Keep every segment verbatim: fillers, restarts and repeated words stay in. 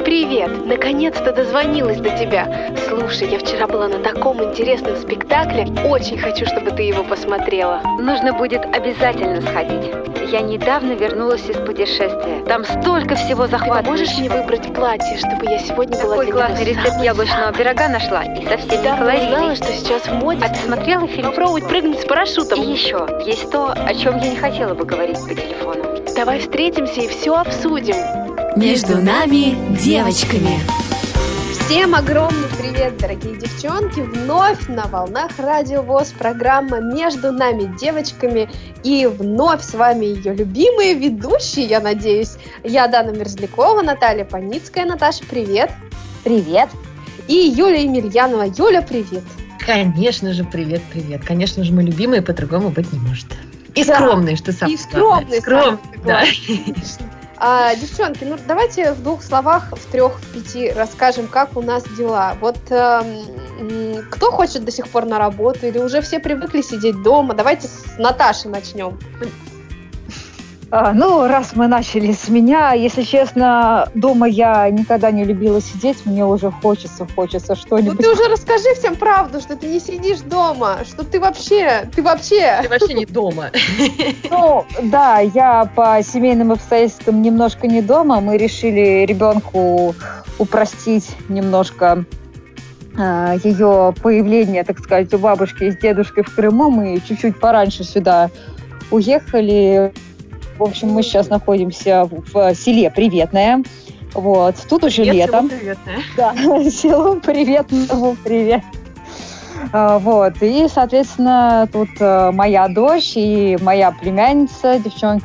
Привет! Наконец-то дозвонилась до тебя. Слушай, я вчера была на таком интересном спектакле. Очень хочу, чтобы ты его посмотрела. Нужно будет обязательно сходить. Я недавно вернулась из путешествия. Там столько всего захватывающего. Ты можешь мне выбрать платье, чтобы я сегодня была Такой для классный него рецепт самой яблочного самой. пирога нашла. И совсем не Да, калорийный. знала, что сейчас в моде. А ты смотрела фильм? Попробовать прыгнуть с парашютом. И еще, есть то, о чем я не хотела бы говорить по телефону. Давай встретимся и все обсудим. Между нами девочками. Всем огромный привет, дорогие девчонки! Вновь на волнах Радио ВОС программа «Между нами девочками». И вновь с вами ее любимые ведущие, я надеюсь. Я Дана Мерзлякова, Наталья Паницкая. Наташа, привет! Привет! И Юлия Емельянова. Юля, привет! Конечно же, привет-привет. Конечно же, мы любимые, по-другому быть не может. И Да. скромные, что самое И скромные, главное. самое да. главное. А, девчонки, ну давайте в двух словах, в трех, в пяти расскажем, как у нас дела. Вот эм, кто хочет до сих пор на работу или уже все привыкли сидеть дома? Давайте с Наташи начнем. А, ну, раз мы начали с меня, если честно, дома я никогда не любила сидеть, мне уже хочется, хочется Ну что-нибудь. ты уже расскажи всем правду, что ты не сидишь дома, что ты вообще, ты вообще... Ты вообще не дома. Ну, да, я по семейным обстоятельствам немножко не дома, мы решили ребенку упростить немножко э, ее появление, так сказать, у бабушки с дедушкой в Крыму, мы чуть-чуть пораньше сюда уехали. В общем, мы сейчас находимся в, в селе Приветное. Вот. Тут уже Привет, летом. село Приветное. Да, село Приветному привет. А, вот. И, соответственно, тут а, моя дочь и моя племянница, девчонки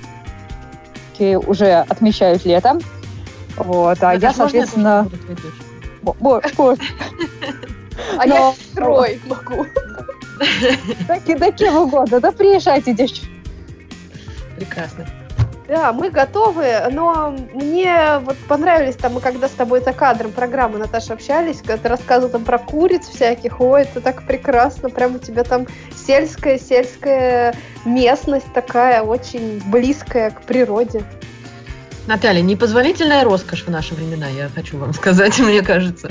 уже отмечают лето. Вот. А Наташ, я, соответственно... можно я тоже А я трой могу. Да кем угодно. Да приезжайте, девчонки. Прекрасно. Да, мы готовы, но мне вот понравились там, мы когда с тобой за кадром программы, Наташа, общались, когда ты рассказывал там про куриц всяких, ой, это так прекрасно, прям у тебя там сельская-сельская местность такая, очень близкая к природе. Наталья, непозволительная роскошь в наши времена, я хочу вам сказать, мне кажется.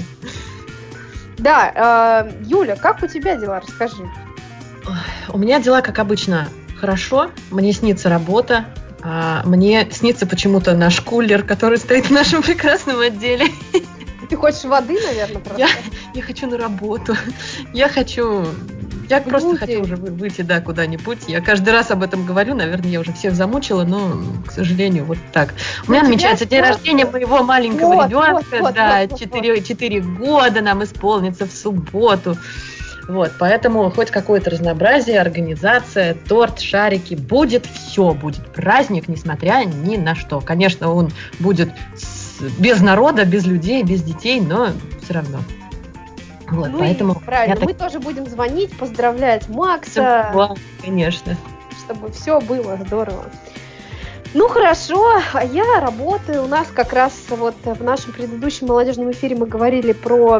Да, э, Юля, как у тебя дела, расскажи. У меня дела, как обычно, хорошо. Мне снится работа. А мне снится почему-то наш кулер, который стоит в нашем прекрасном отделе. Ты хочешь воды, наверное, просто? Я, я хочу на работу. Я хочу... Я В просто люди. хочу уже вы- выйти, да, куда-нибудь. Я каждый раз об этом говорю. Наверное, я уже всех замучила, но, к сожалению, вот так. У меня Ну, намечается тебя день просто- рождения моего маленького Вот, ребенка. вот, вот, да, вот, вот, четыре, четыре года нам исполнится в субботу. Вот, поэтому хоть какое-то разнообразие, организация, торт, шарики, будет все, будет праздник, несмотря ни на что. Конечно, он будет с- без народа, без людей, без детей, но все равно. Вот, Ну поэтому и правильно, я так- мы тоже будем звонить, поздравлять Макса, Да, конечно. чтобы все было здорово. Ну хорошо, а я работаю. У нас как раз вот в нашем предыдущем молодежном эфире мы говорили про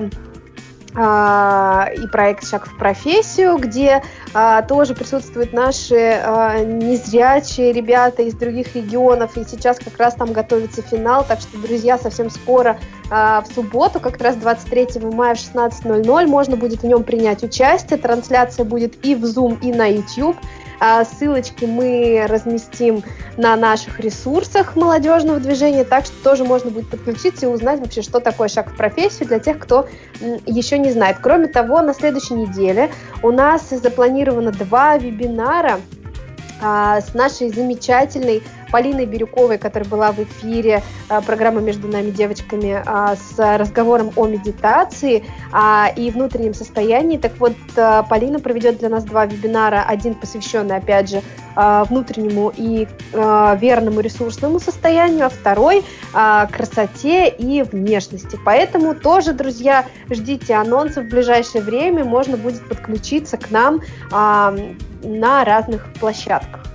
а, и проект «Шаг в профессию», где а, тоже присутствуют наши а, незрячие ребята из других регионов, и сейчас как раз там готовится финал, так что, друзья, совсем скоро, а, в субботу, как раз двадцать третьего мая в шестнадцать ноль ноль, можно будет в нем принять участие, трансляция будет и в Zoom, и на YouTube. А, ссылочки мы разместим на наших ресурсах молодежного движения, так что тоже можно будет подключиться и узнать вообще, что такое «Шаг в профессию» для тех, кто м, еще не знает. Кроме того, на следующей неделе у нас запланировано два вебинара а, с нашей замечательной Полиной Бирюковой, которая была в эфире а, программы «Между нами девочками» а, с разговором о медитации а, и внутреннем состоянии. Так вот, а, Полина проведет для нас два вебинара, один посвященный, опять же, а, внутреннему и а, верному ресурсному состоянию, а второй а, красоте и внешности. Поэтому тоже, друзья, ждите анонсов в ближайшее время, можно будет подключиться к нам а, на разных площадках.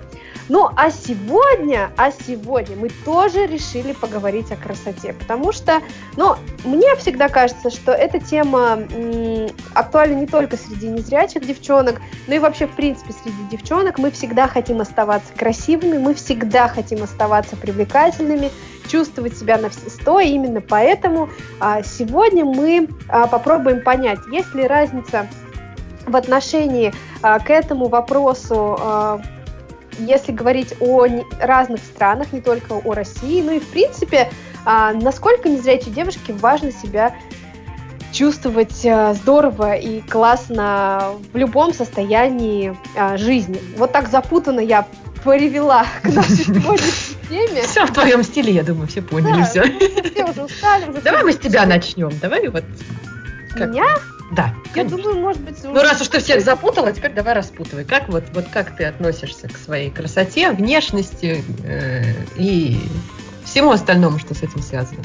Ну, а сегодня, а сегодня мы тоже решили поговорить о красоте, потому что, ну, мне всегда кажется, что эта тема м, актуальна не только среди незрячих девчонок, но и вообще, в принципе, среди девчонок. Мы всегда хотим оставаться красивыми, мы всегда хотим оставаться привлекательными, чувствовать себя на все сто, и именно поэтому а, сегодня мы а, попробуем понять, есть ли разница в отношении а, к этому вопросу, а, если говорить о разных странах, не только о России, ну и в принципе, а, насколько незрячей девушке важно себя чувствовать а, здорово и классно в любом состоянии а, жизни. Вот так запутанно я привела к нашей сегодняшней теме. Все в твоем стиле, я думаю, все поняли, да, все. Все уже устали. Уже Давай мы с тебя начнем. Давай вот. Как? Меня? Да. Я конечно. думаю, может быть... Ну, раз уж ты всех запутала, теперь давай распутывай. Как вот, вот как ты относишься к своей красоте, внешности э, и всему остальному, что с этим связано?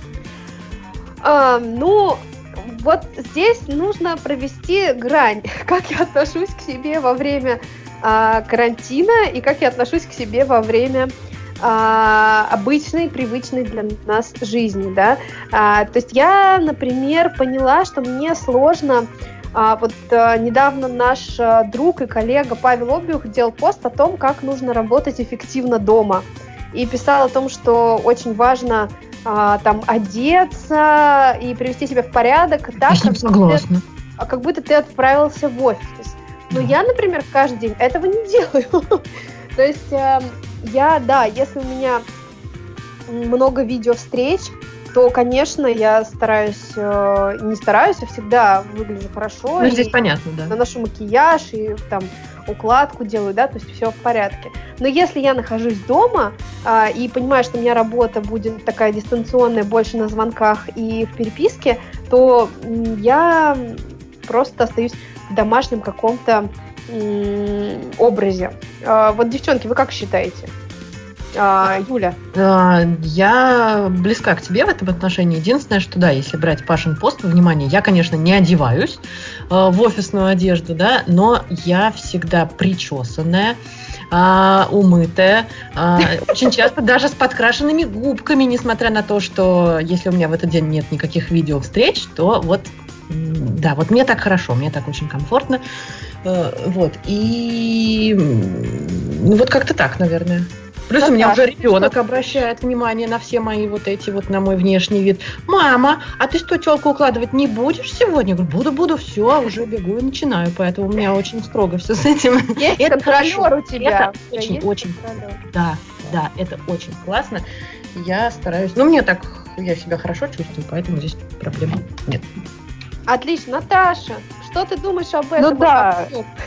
А, ну, вот здесь нужно провести грань. Как я отношусь к себе во время а, карантина и как я отношусь к себе во время а, обычной, привычной для нас жизни, да. А, то есть я, например, поняла, что мне сложно. А, вот а, недавно наш а, друг и коллега Павел Обиух делал пост о том, как нужно работать эффективно дома. И писал о том, что очень важно а, там одеться и привести себя в порядок так, я как, согласна. Ты, как будто ты отправился в офис. Но да. Я, например, каждый день этого не делаю. То есть э, я, да, если у меня много видеовстреч, то, конечно, я стараюсь, э, не стараюсь, а всегда выгляжу хорошо. Ну, здесь понятно, да. Наношу макияж и там укладку делаю, да, то есть все в порядке. Но если я нахожусь дома э, и понимаю, что у меня работа будет такая дистанционная, больше на звонках и в переписке, то м, я просто остаюсь в домашнем каком-то м, образе. Э, вот, девчонки, вы как считаете? А, Юля? Я близка к тебе в этом отношении. Единственное, что да, если брать Пашин пост во внимание, я, конечно, не одеваюсь в офисную одежду, да, но я всегда причесанная, умытая, очень часто даже с подкрашенными губками, несмотря на то, что если у меня в этот день нет никаких видеовстреч, то вот, да, вот мне так хорошо, мне так очень комфортно. Вот, и ну, вот как-то так, наверное. Плюс у меня уже ребенок обращает внимание на все мои вот эти вот, на мой внешний вид. Мама, а ты что, телку укладывать не будешь сегодня? Я говорю, буду, буду, все, уже бегу и начинаю. Поэтому у меня очень строго все с этим. Есть это контролер у тебя. Это очень, очень, да, да, это очень классно. Я стараюсь, ну, мне так, я себя хорошо чувствую, поэтому здесь проблем нет. Отлично. Наташа, что ты думаешь об этом? Ну да.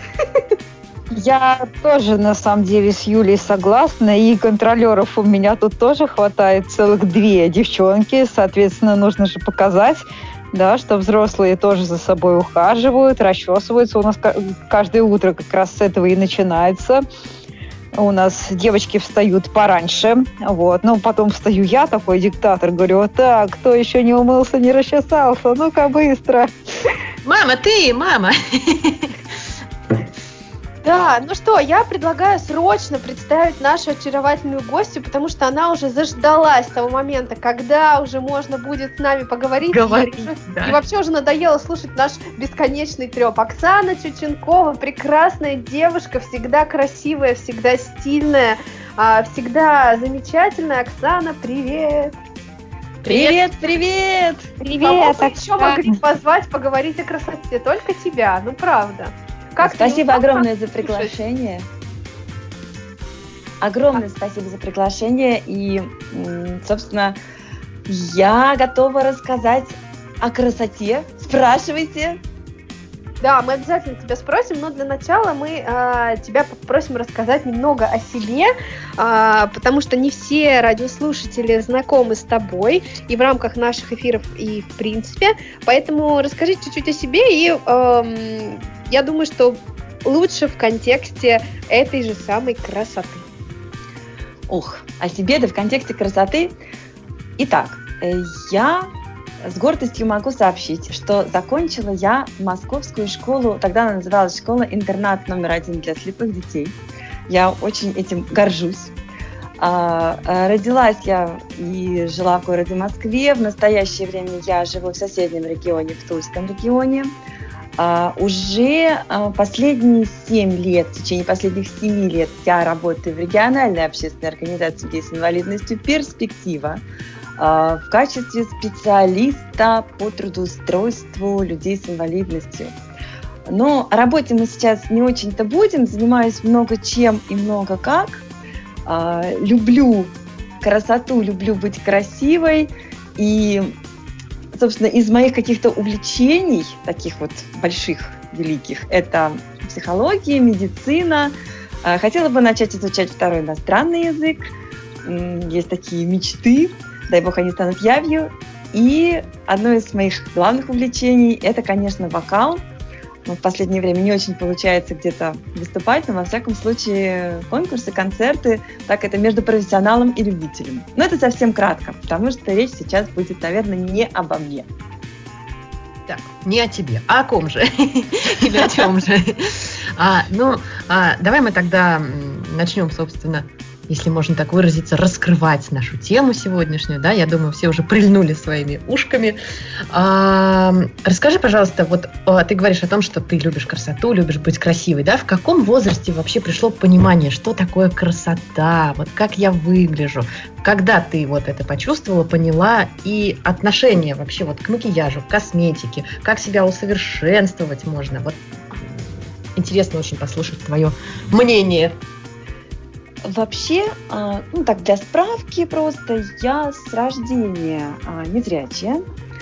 Я тоже, на самом деле, с Юлей согласна, и контролеров у меня тут тоже хватает, целых две девчонки, соответственно, нужно же показать, да, что взрослые тоже за собой ухаживают, расчесываются, у нас каждое утро как раз с этого и начинается. У нас девочки встают пораньше, вот, но потом встаю я, такой диктатор, говорю, так, кто еще не умылся, не расчесался, ну-ка быстро. Мама, ты, мама! Да, ну что, я предлагаю срочно представить нашу очаровательную гостью, потому что она уже заждалась того момента, когда уже можно будет с нами поговорить. Говорить, и, уже, да. И вообще уже надоело слушать наш бесконечный треп. Оксана Чученкова, прекрасная девушка, всегда красивая, всегда стильная, всегда замечательная. Оксана, привет! Привет, привет! Привет! Кого еще могли позвать поговорить о красоте? Только тебя, ну правда. Как спасибо огромное за приглашение. Огромное спасибо за приглашение. И, собственно, я готова рассказать о красоте. Спрашивайте. Да, мы обязательно тебя спросим, но для начала мы э, тебя попросим рассказать немного о себе, э, потому что не все радиослушатели знакомы с тобой и в рамках наших эфиров, и в принципе. Поэтому расскажи чуть-чуть о себе, и э, я думаю, что лучше в контексте этой же самой красоты. Ух, о себе, да в контексте красоты. Итак, я... С гордостью могу сообщить, что закончила я московскую школу, тогда она называлась школа-интернат номер один для слепых детей. Я очень этим горжусь. А, родилась я и жила в городе Москве. В настоящее время я живу в соседнем регионе, в Тульском регионе. А, уже а, последние семь лет, в течение последних семи лет я работаю в региональной общественной организации людей с инвалидностью «Перспектива» а, в качестве специалиста по трудоустройству людей с инвалидностью. Но о работе мы сейчас не очень-то будем, занимаюсь много чем и много как. А, люблю красоту, люблю быть красивой. И, собственно, из моих каких-то увлечений, таких вот больших, великих, это психология, медицина. А, хотела бы начать изучать второй иностранный язык. Есть такие мечты, дай бог они станут явью. И одно из моих главных увлечений – это, конечно, вокал. В последнее время не очень получается где-то выступать, но во всяком случае конкурсы, концерты, так это между профессионалом и любителем. Но это совсем кратко, потому что речь сейчас будет, наверное, не обо мне. Так, не о тебе, а о ком же? Или о чем же? А, ну, а, давай мы тогда начнем, собственно, если можно так выразиться, раскрывать нашу тему сегодняшнюю, да, я думаю, все уже прильнули своими ушками. А, расскажи, пожалуйста, вот а, ты говоришь о том, что ты любишь красоту, любишь быть красивой, да, в каком возрасте вообще пришло понимание, что такое красота, вот как я выгляжу, когда ты вот это почувствовала, поняла, и отношение вообще вот к макияжу, к косметике, как себя усовершенствовать можно, вот интересно очень послушать твое мнение. Вообще, ну так для справки просто, я с рождения незрячая,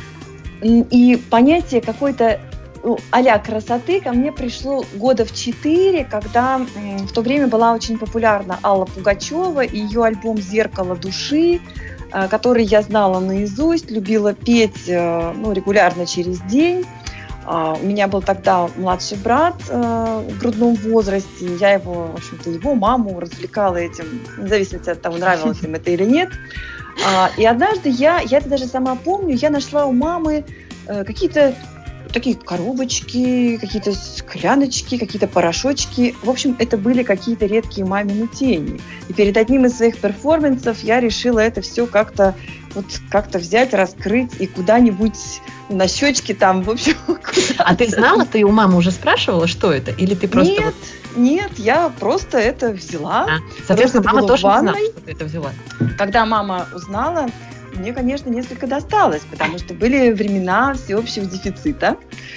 и понятие какой-то ну, а-ля красоты ко мне пришло года в четыре, когда в то время была очень популярна Алла Пугачева и ее альбом «Зеркало души», который я знала наизусть, любила петь ну, регулярно через день. Uh, у меня был тогда младший брат uh, в грудном возрасте. Я его, в общем-то, его маму развлекала этим, вне зависимости от того, нравилось им это или нет. Uh, и однажды я, я это даже сама помню, я нашла у мамы uh, какие-то такие коробочки, какие-то скляночки, какие-то порошочки. В общем, это были какие-то редкие мамины тени. И перед одним из своих перформансов я решила это все как-то вот как-то взять, раскрыть и куда-нибудь на щечки там, в общем. А ты знала, ты у мамы уже спрашивала, что это? Или ты просто... Нет, вот... нет, я просто это взяла. А, соответственно, мама тоже знала, что ты это взяла. Когда мама узнала, мне, конечно, несколько досталось, потому что были времена всеобщего дефицита.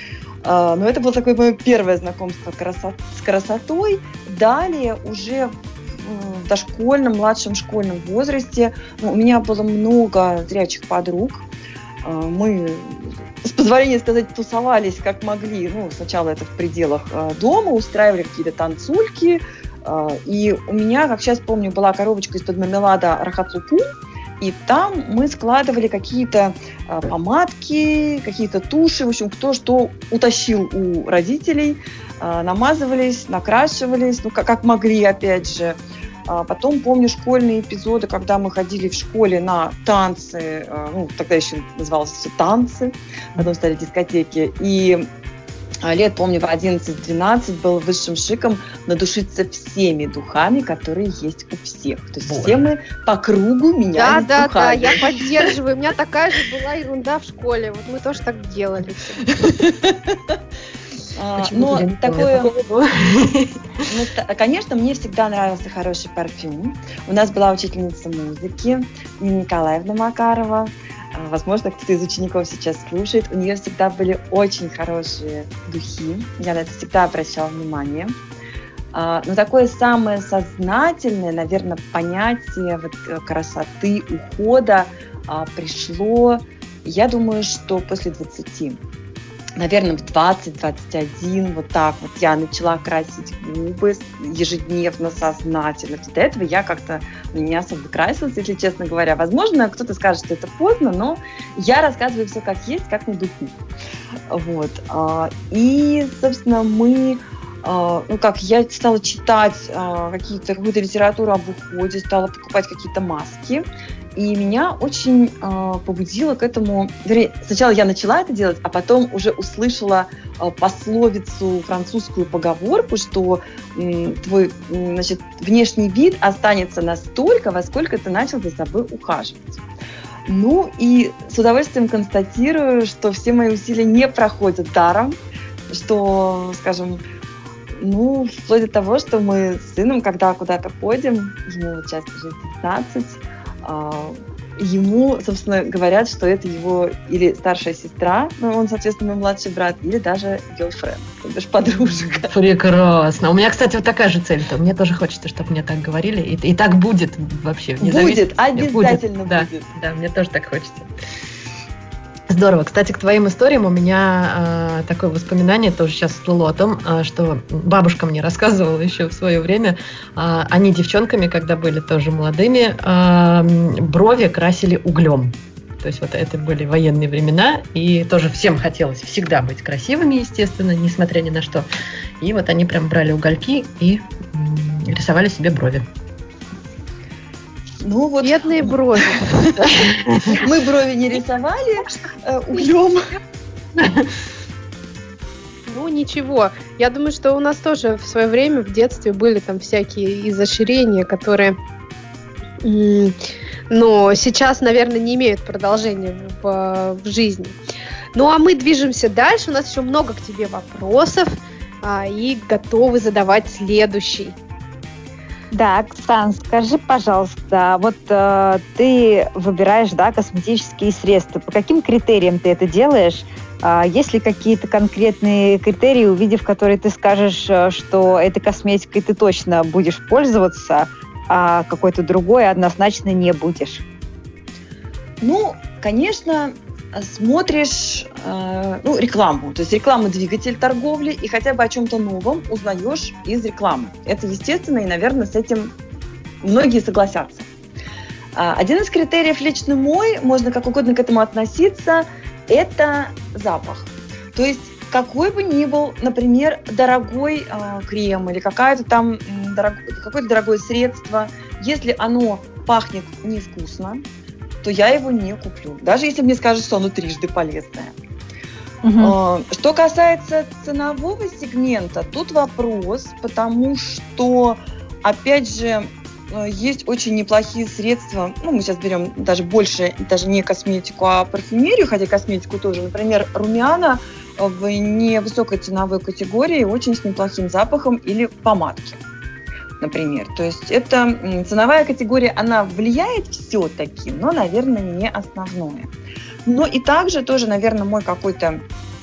Но это было такое мое первое знакомство с красотой. Далее уже в дошкольном, младшем школьном возрасте ну, у меня было много зрячих подруг. Мы, с позволения сказать, тусовались как могли. Ну, сначала это в пределах дома, устраивали какие-то танцульки. И у меня, как сейчас помню, была коробочка из-под мармелада «Рахат-Лукум». И там мы складывали какие-то а, помадки, какие-то туши, в общем, кто что утащил у родителей, а, намазывались, накрашивались, ну, как, как могли, опять же. А потом помню школьные эпизоды, когда мы ходили в школе на танцы, а, ну, тогда еще называлось все танцы, потом стали дискотеки, и лет, помню, в одиннадцать-двенадцать был высшим шиком надушиться всеми духами, которые есть у всех. То есть Ой. все мы по кругу менялись да, духами. Да, да, я поддерживаю. У меня такая же была ерунда в школе. Вот мы тоже так делали. Но такое... Конечно, мне всегда нравился хороший парфюм. У нас была учительница музыки Нина Николаевна Макарова. Возможно, кто-то из учеников сейчас слушает. У нее всегда были очень хорошие духи. Я на это всегда обращала внимание. Но такое самое сознательное, наверное, понятие вот красоты, ухода пришло, я думаю, что после двадцати. Наверное, в двадцать-двадцать один, вот так вот я начала красить губы ежедневно, сознательно. До этого я как-то не особо красилась, если честно говоря. Возможно, кто-то скажет, что это поздно, но я рассказываю все как есть, как на духу. Вот. И, собственно, мы... Ну, как я стала читать какие-то, какую-то литературу об уходе, стала покупать какие-то маски. И меня очень э, побудило к этому. Вернее, сначала я начала это делать, а потом уже услышала э, пословицу, французскую поговорку, что э, твой э, значит, внешний вид останется настолько, во сколько ты начал за собой ухаживать. Ну и с удовольствием констатирую, что все мои усилия не проходят даром, что, скажем, ну, вплоть до того, что мы с сыном, когда куда-то ходим, ему вот сейчас уже девятнадцать, ему, собственно, говорят, что это его или старшая сестра, ну, он, соответственно, мой младший брат, или даже girlfriend, то бишь подружка. Прекрасно. У меня, кстати, вот такая же цель-то. Мне тоже хочется, чтобы мне так говорили. И, и так будет вообще. Будет, обязательно будет. будет. Да, да, мне тоже так хочется. Здорово. Кстати, к твоим историям у меня э, такое воспоминание тоже сейчас всплыло о том, э, что бабушка мне рассказывала еще в свое время. Э, они девчонками, когда были тоже молодыми, э, брови красили углем. То есть вот это были военные времена, и тоже всем хотелось всегда быть красивыми, естественно, несмотря ни на что. И вот они прям брали угольки и э, рисовали себе брови. Ну, вот. Бедные брови. Мы брови не рисовали углем. Ну, ничего. Я думаю, что у нас тоже в свое время в детстве были там всякие изощрения, которые, но сейчас, наверное, не имеют продолжения в, в жизни. Ну, а мы движемся дальше. У нас еще много к тебе вопросов, а, и готовы задавать следующий. Да, Оксан, скажи, пожалуйста, вот э, ты выбираешь, да, косметические средства. По каким критериям ты это делаешь? Э, есть ли какие-то конкретные критерии, увидев которые ты скажешь, что этой косметикой ты точно будешь пользоваться, а какой-то другой однозначно не будешь? Ну, конечно, смотришь э, ну, рекламу. То есть реклама – двигатель торговли, и хотя бы о чем-то новом узнаешь из рекламы. Это естественно, и, наверное, с этим многие согласятся. Один из критериев лично мой, можно как угодно к этому относиться, это запах. То есть какой бы ни был, например, дорогой э, крем или какая-то там, дорог... какое-то дорогое средство, если оно пахнет невкусно, то я его не куплю. Даже если мне скажут, что оно трижды полезное. Uh-huh. Что касается ценового сегмента, тут вопрос, потому что, опять же, есть очень неплохие средства. Ну, мы сейчас берем даже больше, даже не косметику, а парфюмерию, хотя косметику тоже. Например, румяна в невысокой ценовой категории, очень с неплохим запахом, или помадки, например. То есть это ценовая категория, она влияет все-таки, но, наверное, не основное. Но и также тоже, наверное, мой какой-то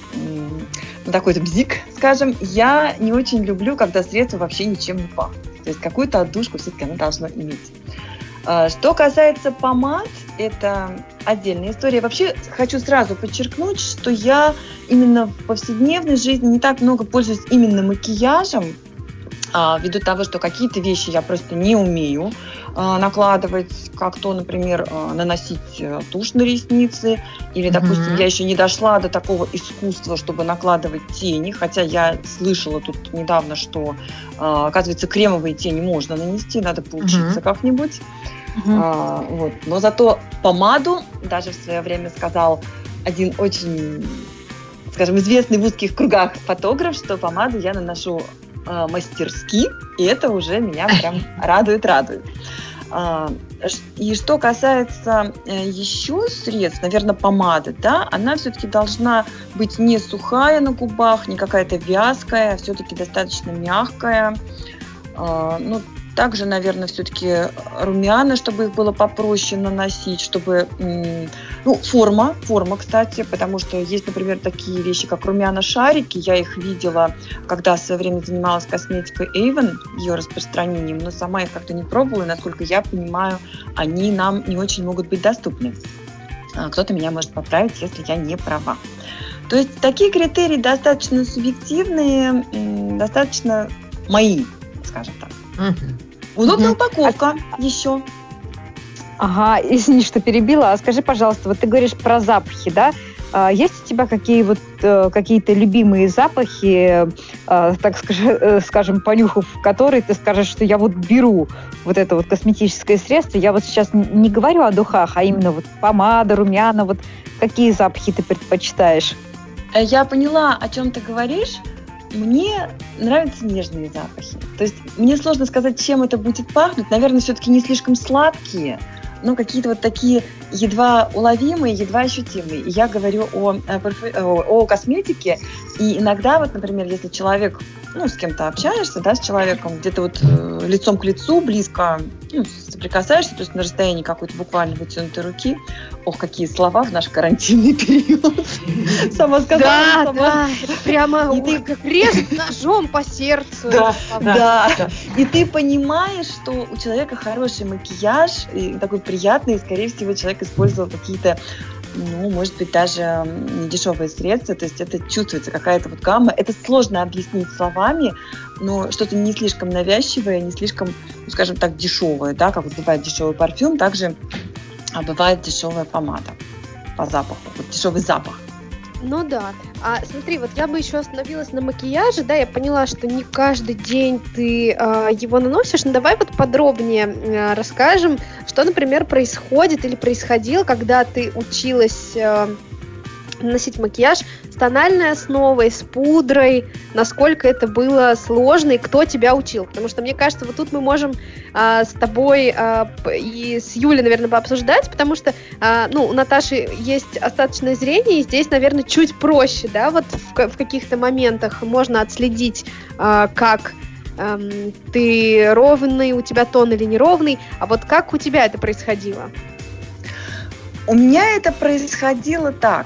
ну, такой-то бзик, скажем, я не очень люблю, когда средство вообще ничем не пахнет. То есть какую-то отдушку все-таки оно должно иметь. Что касается помад, это отдельная история. Вообще хочу сразу подчеркнуть, что я именно в повседневной жизни не так много пользуюсь именно макияжем, ввиду того, что какие-то вещи я просто не умею накладывать, как то, например, наносить тушь на ресницы, или, допустим, mm-hmm. я еще не дошла до такого искусства, чтобы накладывать тени, хотя я слышала тут недавно, что, оказывается, кремовые тени можно нанести, надо поучиться mm-hmm. как-нибудь. Mm-hmm. А, вот. Но зато помаду, даже в свое время сказал один очень, скажем, известный в узких кругах фотограф, что помаду я наношу мастерски, и это уже меня прям радует-радует. И что касается еще средств, наверное, помады, да, она все-таки должна быть не сухая на губах, не какая-то вязкая, а все-таки достаточно мягкая. Ну, также, наверное, все-таки румяна, чтобы их было попроще наносить, чтобы... Ну, форма, форма, кстати, потому что есть, например, такие вещи, как румяна-шарики. Я их видела, когда в свое время занималась косметикой Avon, ее распространением, но сама их как-то не пробовала, и, насколько я понимаю, они нам не очень могут быть доступны. Кто-то меня может поправить, если я не права. То есть такие критерии достаточно субъективные, достаточно мои, скажем так. Угу. Удобная угу. упаковка а... еще. Ага, извини, что перебила. А скажи, пожалуйста, вот ты говоришь про запахи, да? А есть у тебя какие вот, э, какие-то любимые запахи, э, так скажем, скажем, понюхав которые ты скажешь, что я вот беру вот это вот косметическое средство, я вот сейчас не говорю о духах, а именно вот помада, румяна, вот какие запахи ты предпочитаешь? Я поняла, о чем ты говоришь. Мне нравятся нежные запахи. То есть мне сложно сказать, чем это будет пахнуть. Наверное, все-таки не слишком сладкие, но какие-то вот такие едва уловимые, едва ощутимые. И я говорю о, о, о косметике. И иногда, вот, например, если человек, ну, с кем-то общаешься, да, с человеком, где-то вот э, лицом к лицу, близко, ну, соприкасаешься, то есть на расстоянии какой-то буквально вытянутой руки. Ох, какие слова в наш карантинный период. Сама сказала. Да, да, прямо как режет ножом по сердцу. Да, да. И ты понимаешь, что у человека хороший макияж, и такой приятный, и, скорее всего, человек использовал какие-то, ну, может быть, даже недешевые средства, то есть это чувствуется какая-то вот гамма. Это сложно объяснить словами, но что-то не слишком навязчивое, не слишком, ну, скажем так, дешевое, да, как вот бывает дешевый парфюм, также бывает дешевая помада по запаху, вот дешевый запах. Ну да. А смотри, вот я бы еще остановилась на макияже, да, я поняла, что не каждый день ты э, его наносишь, но давай вот подробнее э, расскажем, что, например, происходит или происходило, когда ты училась э, наносить макияж с тональной основой, с пудрой, насколько это было сложно и кто тебя учил, потому что мне кажется, вот тут мы можем э, с тобой э, и с Юлей, наверное, пообсуждать, потому что, э, ну, у Наташи есть остаточное зрение, и здесь, наверное, чуть проще, да, вот в, в каких-то моментах можно отследить, э, как э, ты ровный, у тебя тон или неровный, а вот как у тебя это происходило? У меня это происходило так.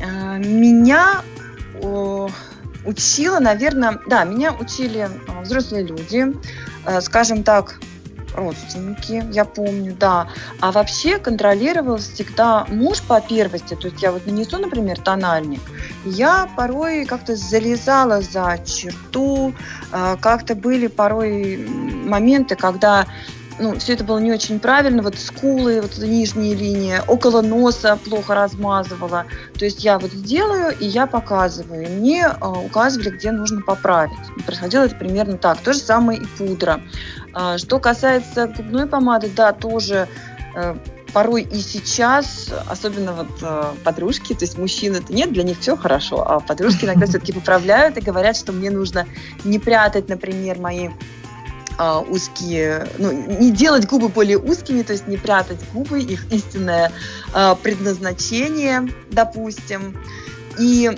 Меня о, учила, наверное, да, меня учили взрослые люди, э, скажем так, родственники, я помню, да. А вообще контролировал всегда муж по первости, то есть я вот нанесу, например, тональник, я порой как-то залезала за черту, э, как-то были порой моменты, когда ну, все это было не очень правильно, вот скулы, вот нижняя линия, около носа плохо размазывала. То есть я вот делаю, и я показываю. И мне э, указывали, где нужно поправить. И происходило это примерно так. То же самое и пудра. А, что касается губной помады, да, тоже э, порой и сейчас, особенно вот э, подружки, то есть мужчин-то нет, для них все хорошо, а подружки иногда все-таки поправляют и говорят, что мне нужно не прятать, например, мои узкие, ну, не делать губы более узкими, то есть не прятать губы, их истинное э, предназначение, допустим. И,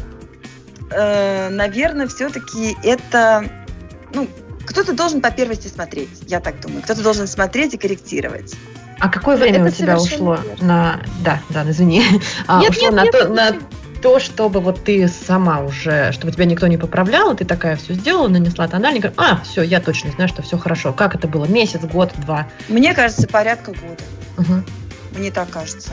э, наверное, все-таки это, ну, кто-то должен по первости смотреть, я так думаю. Кто-то должен смотреть и корректировать. А какое время это у тебя ушло верно. на... Да, да, извини. А, нет, ушло нет, на, нет, то, на то, чтобы вот ты сама уже, чтобы тебя никто не поправлял, ты такая все сделала, нанесла тональник, а, все, я точно знаю, что все хорошо. Как это было? Месяц, год, два? Мне кажется, порядка года. Угу. Мне так кажется.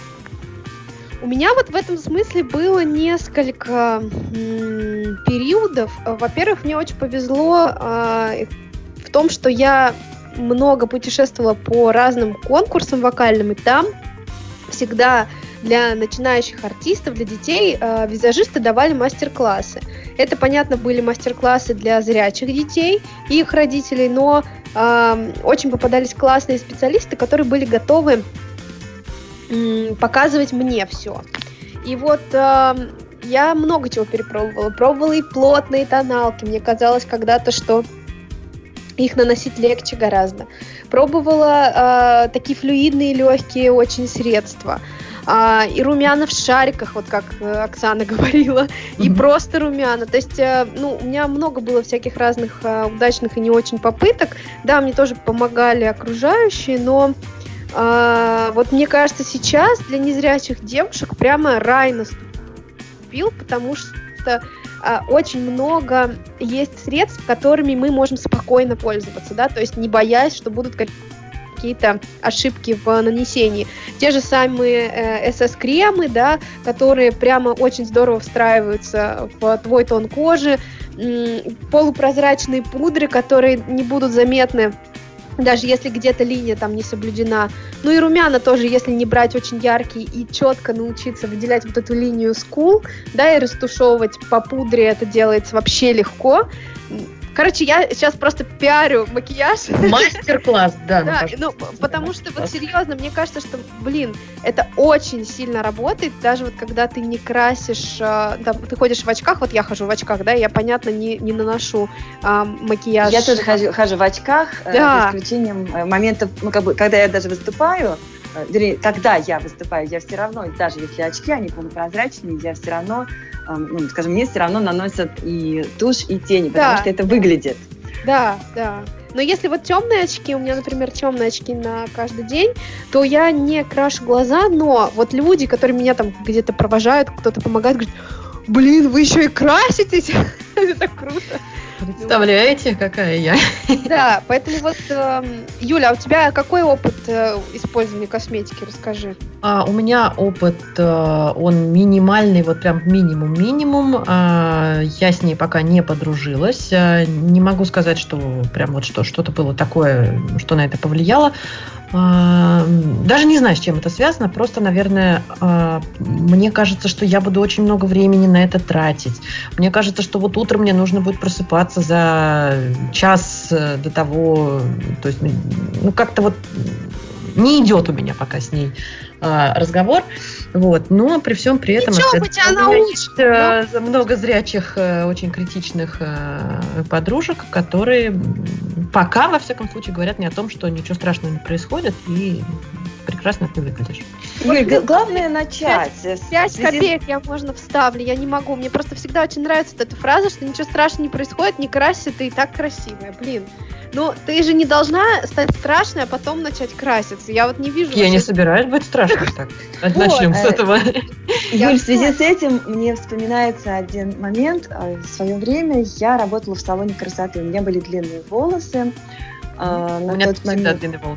У меня вот в этом смысле было несколько м- периодов. Во-первых, мне очень повезло э, в том, что я много путешествовала по разным конкурсам вокальным, и там всегда для начинающих артистов, для детей э, визажисты давали мастер-классы. Это, понятно, были мастер-классы для зрячих детей и их родителей, но э, очень попадались классные специалисты, которые были готовы э, показывать мне все. И вот э, я много чего перепробовала. Пробовала и плотные тоналки. Мне казалось когда-то, что их наносить легче гораздо. Пробовала э, такие флюидные, легкие очень средства. А, и румяна в шариках, вот как э, Оксана говорила, mm-hmm. и просто румяна. То есть, э, ну, у меня много было всяких разных э, удачных и не очень попыток. Да, мне тоже помогали окружающие, но э, вот мне кажется, сейчас для незрячих девушек прямо рай наступил, потому что э, очень много есть средств, которыми мы можем спокойно пользоваться, да, то есть не боясь, что будут какие-то какие-то ошибки в нанесении. Те же самые э, эс эс-кремы, да, которые прямо очень здорово встраиваются в твой тон кожи, м- полупрозрачные пудры, которые не будут заметны даже если где-то линия там не соблюдена. Ну и румяна тоже, если не брать очень яркие и четко научиться выделять вот эту линию скул, да, и растушевывать по пудре, это делается вообще легко. Короче, я сейчас просто пиарю макияж. Мастер-класс, да. Да, ну, потому что вот серьезно, мне кажется, что, блин, это очень сильно работает, даже вот когда ты не красишь, да, ты ходишь в очках, вот я хожу в очках, да, я, понятно, не, не наношу а, макияж. Я тоже хожу, хожу в очках, да. За исключением моментов, ну, как бы, когда я даже выступаю, вернее, когда я выступаю, я все равно, даже если очки, они полупрозрачные, я все равно, ну, скажем, мне все равно наносят и тушь, и тени, потому да. что это выглядит. Да, да. Но если вот темные очки, у меня, например, темные очки на каждый день, то я не крашу глаза, но вот люди, которые меня там где-то провожают, кто-то помогает, говорят: блин, вы еще и краситесь, это так круто. Представляете, какая я? Да, поэтому вот, э, Юля, а у тебя какой опыт э, использования косметики? Расскажи. А, у меня опыт, э, он минимальный, вот прям минимум-минимум. А, я с ней пока не подружилась. А, не могу сказать, что прям вот что, что-то было такое, что на это повлияло. Даже не знаю, с чем это связано, просто, наверное, мне кажется, что я буду очень много времени на это тратить. Мне кажется, что вот утром мне нужно будет просыпаться за час до того, то есть, ну, как-то вот не идет у меня пока с ней разговор, вот, но при всем при этом... Ничего, мы тебя научим. Есть много зрячих, очень критичных подружек, которые пока, во всяком случае, говорят мне о том, что ничего страшного не происходит, и прекрасно ты выглядишь. Юль, главное начать. Пять копеек я, можно, вставлю, я не могу. Мне просто всегда очень нравится эта фраза, что ничего страшного не происходит, не красься, ты и так красивая. Блин, ну ты же не должна стать страшной, а потом начать краситься. Я вот не вижу... Я не собираюсь быть страшной так. Начнем с этого. Юль, в связи с этим мне вспоминается один момент. В свое время я работала в салоне красоты. У меня были длинные волосы. У меня всегда длинные волосы.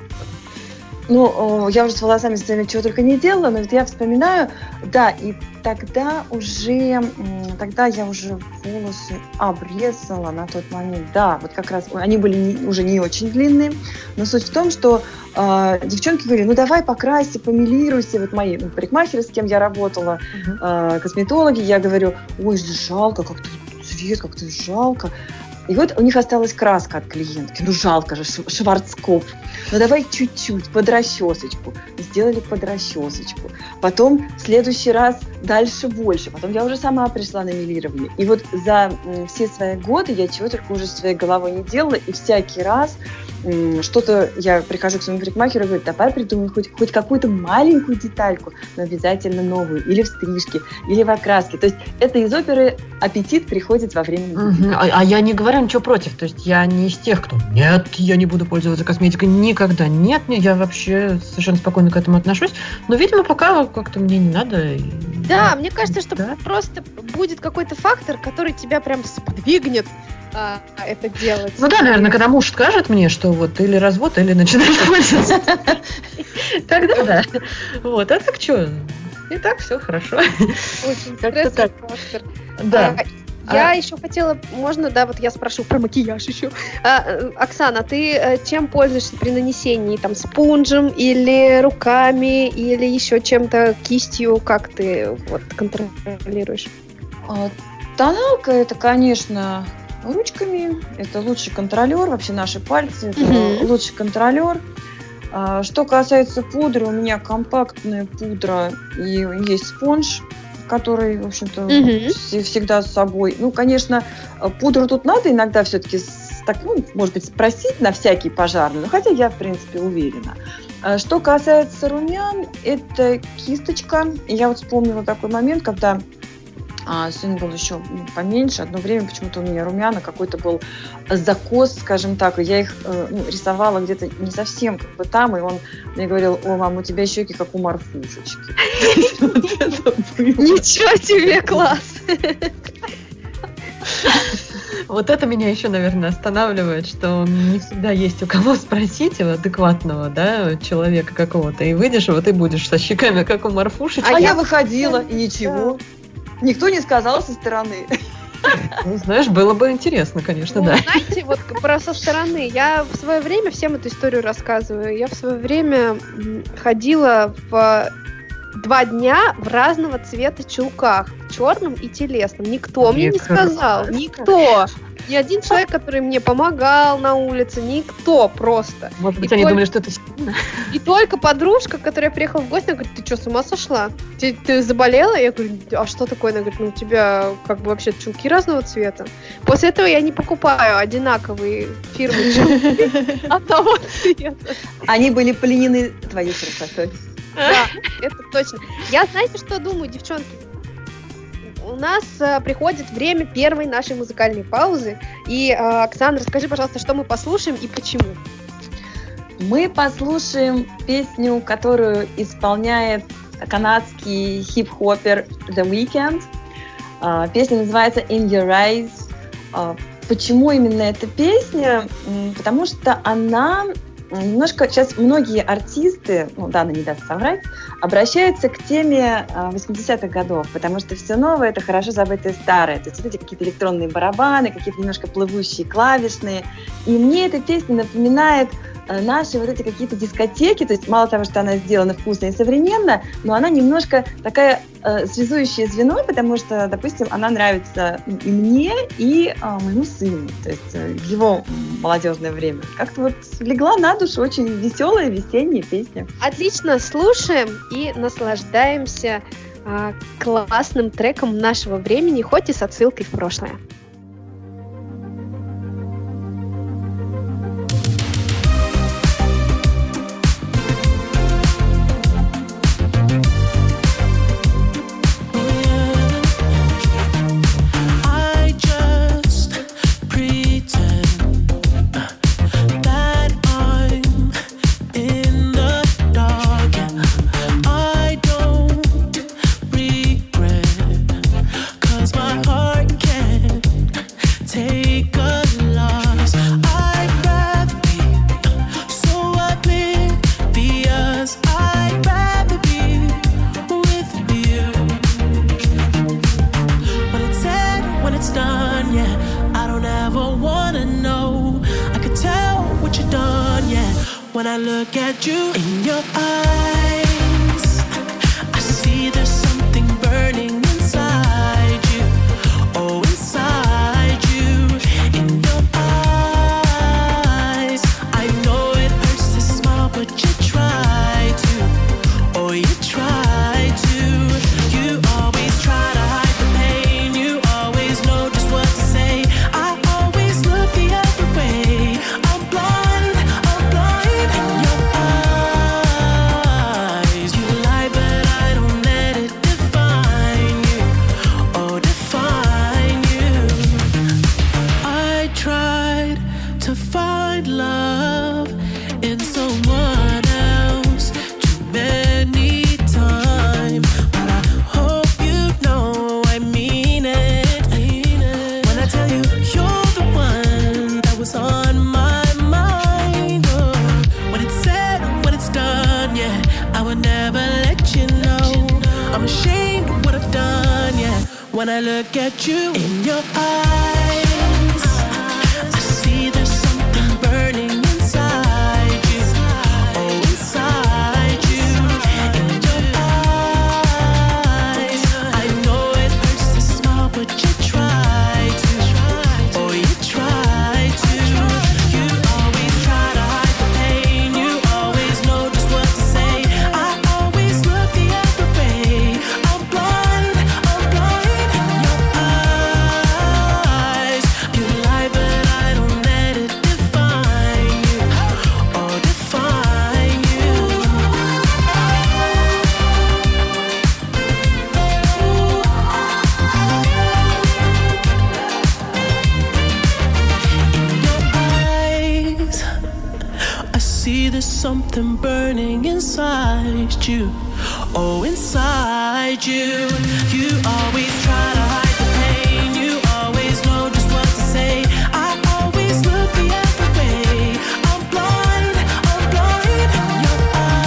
Ну, я уже с волосами своими чего только не делала, но вот я вспоминаю, да, и тогда уже, тогда я уже волосы обрезала на тот момент, да, вот как раз, они были не, уже не очень длинные, но суть в том, что э, девчонки говорили: ну давай покрасься, помилируйся, вот мои ну, парикмахеры, с кем я работала, э, косметологи, я говорю: ой, жалко, как-то цвет, как-то жалко. И вот у них осталась краска от клиентки. Ну, жалко же, Шварцкопф. Ну, давай чуть-чуть, под расчесочку. Сделали под расчесочку. Потом в следующий раз дальше больше. Потом я уже сама пришла на милирование. И вот за все свои годы я чего только уже своей головой не делала. И всякий раз что-то я прихожу к своему парикмахеру и говорю: давай придумаем хоть, хоть какую-то маленькую детальку, но обязательно новую. Или в стрижке, или в окраске. То есть это из оперы «Аппетит приходит во время угу. а, а я не говорю ничего против. То есть я не из тех, кто: нет, я не буду пользоваться косметикой никогда. Нет, я вообще совершенно спокойно к этому отношусь. Но, видимо, пока как-то мне не надо. Да, мне кажется, что да? просто будет какой-то фактор, который тебя прям сподвигнет а, это делать. Ну да, наверное, когда муж скажет мне, что вот или развод, или начинаешь пользоваться, тогда да. Вот, а так что? И так все хорошо. Очень стрессовый фактор. Да. Я а... еще хотела, можно, да, вот я спрошу про макияж еще. А, Оксана, ты чем пользуешься при нанесении? Там спунжем или руками, или еще чем-то, кистью? Как ты вот контролируешь? А, тоналка — это, конечно, ручками. Это лучший контролер. Вообще наши пальцы — это mm-hmm. лучший контролер. А, что касается пудры, у меня компактная пудра и есть спонж, который, в общем-то, mm-hmm. всегда с собой. Ну, конечно, пудру тут надо иногда все-таки, так, ну, может быть, спросить на всякий пожарный, но хотя я, в принципе, уверена. Что касается румян, это кисточка. Я вот вспомнила такой момент, когда а, сын был еще поменьше, одно время почему-то у меня румяна, какой-то был закос, скажем так, и я их ну, рисовала где-то не совсем как бы там, и он мне говорил: о, мам, у тебя щеки как у Марфушечки. Ничего себе, класс! Вот это меня еще, наверное, останавливает, что не всегда есть у кого спросить адекватного, да, человека какого-то, и выйдешь, вот и будешь со щеками, как у Марфушечки. А я выходила, и ничего. Никто не сказал со стороны. Ну, знаешь, было бы интересно, конечно, Ну, да. знаете, вот про со стороны. Я в свое время, всем эту историю рассказываю, я в свое время м, ходила в два дня в разного цвета чулках, черном и телесном. Никто мне не Прекрасно. сказал, никто. Ни один человек, который мне помогал на улице, никто просто. Может быть, И они только- думали, что это сильно. И только подружка, которая приехала в гости, она говорит, ты что, с ума сошла? Ты, ты заболела? Я говорю, а что такое? Она говорит, ну у тебя как бы вообще чулки разного цвета. После этого я не покупаю одинаковые фирмы чулки одного цвета. Они были пленены твоей красотой. Да, это точно. Я, знаете, что думаю, девчонки? У нас э, приходит время первой нашей музыкальной паузы. И, э, Оксана, расскажи, пожалуйста, что мы послушаем и почему. Мы послушаем песню, которую исполняет канадский хип-хоппер The Weeknd. А, Песня называется In Your Eyes. А, Почему именно эта песня? М, Потому что она м, немножко... Сейчас многие артисты, ну, Дана не даст соврать, обращаются к теме а, восьмидесятых годов, потому что все новое — это хорошо забытое старое. То есть вот эти какие-то электронные барабаны, какие-то немножко плывущие клавишные. И мне эта песня напоминает э, наши вот эти какие-то дискотеки. То есть мало того, что она сделана вкусно и современно, но она немножко такая э, связующее звено, потому что, допустим, она нравится и мне, и э, моему сыну. То есть э, в его м, молодежное время. Как-то вот легла на душу, очень веселая весенняя песня. Отлично, слушаем и наслаждаемся а, классным треком нашего времени, хоть и с отсылкой в прошлое. I just pretend that I'm in the dark. I don't regret, 'cause my heart can't take a loss. I'd rather be so oblivious. I'd rather be with you. When it's said, when it's done, yeah, I don't ever wanna know. I could tell what you've done, yeah. When I look at you in your eyes, I see there's something burning inside you. Oh, inside you, in your eyes. I know it hurts to smile, but you try to. Oh, you try to. You always try to hide the pain. You always know just what to say. I always look the other way. I'm blind, I'm blind in your eyes. You lie, but I don't let it define you. Oh, define you. I tried to find love in someone else too many times, but I hope you know I mean it. When I tell you you're the one that was on my mind. Oh, when it's said, when it's done, yeah, I would never let you know. I'm ashamed of what I've done, yeah. When I look at you in your eyes, I see there's something burning inside you. Oh, inside you, in your eyes. I know it hurts to smile, but you try to. Oh, you try to. You always try to hide the pain. You always know just what to say. I always look the other way. I'm blind, I'm blind in your eyes. You lie, but I don't let it define you. Oh, define you. In your eyes, I see there's something burning inside you. Oh, inside you. You always try to hide the pain. You always know just what to say. I always look the other way. I'm blind, I'm blind in your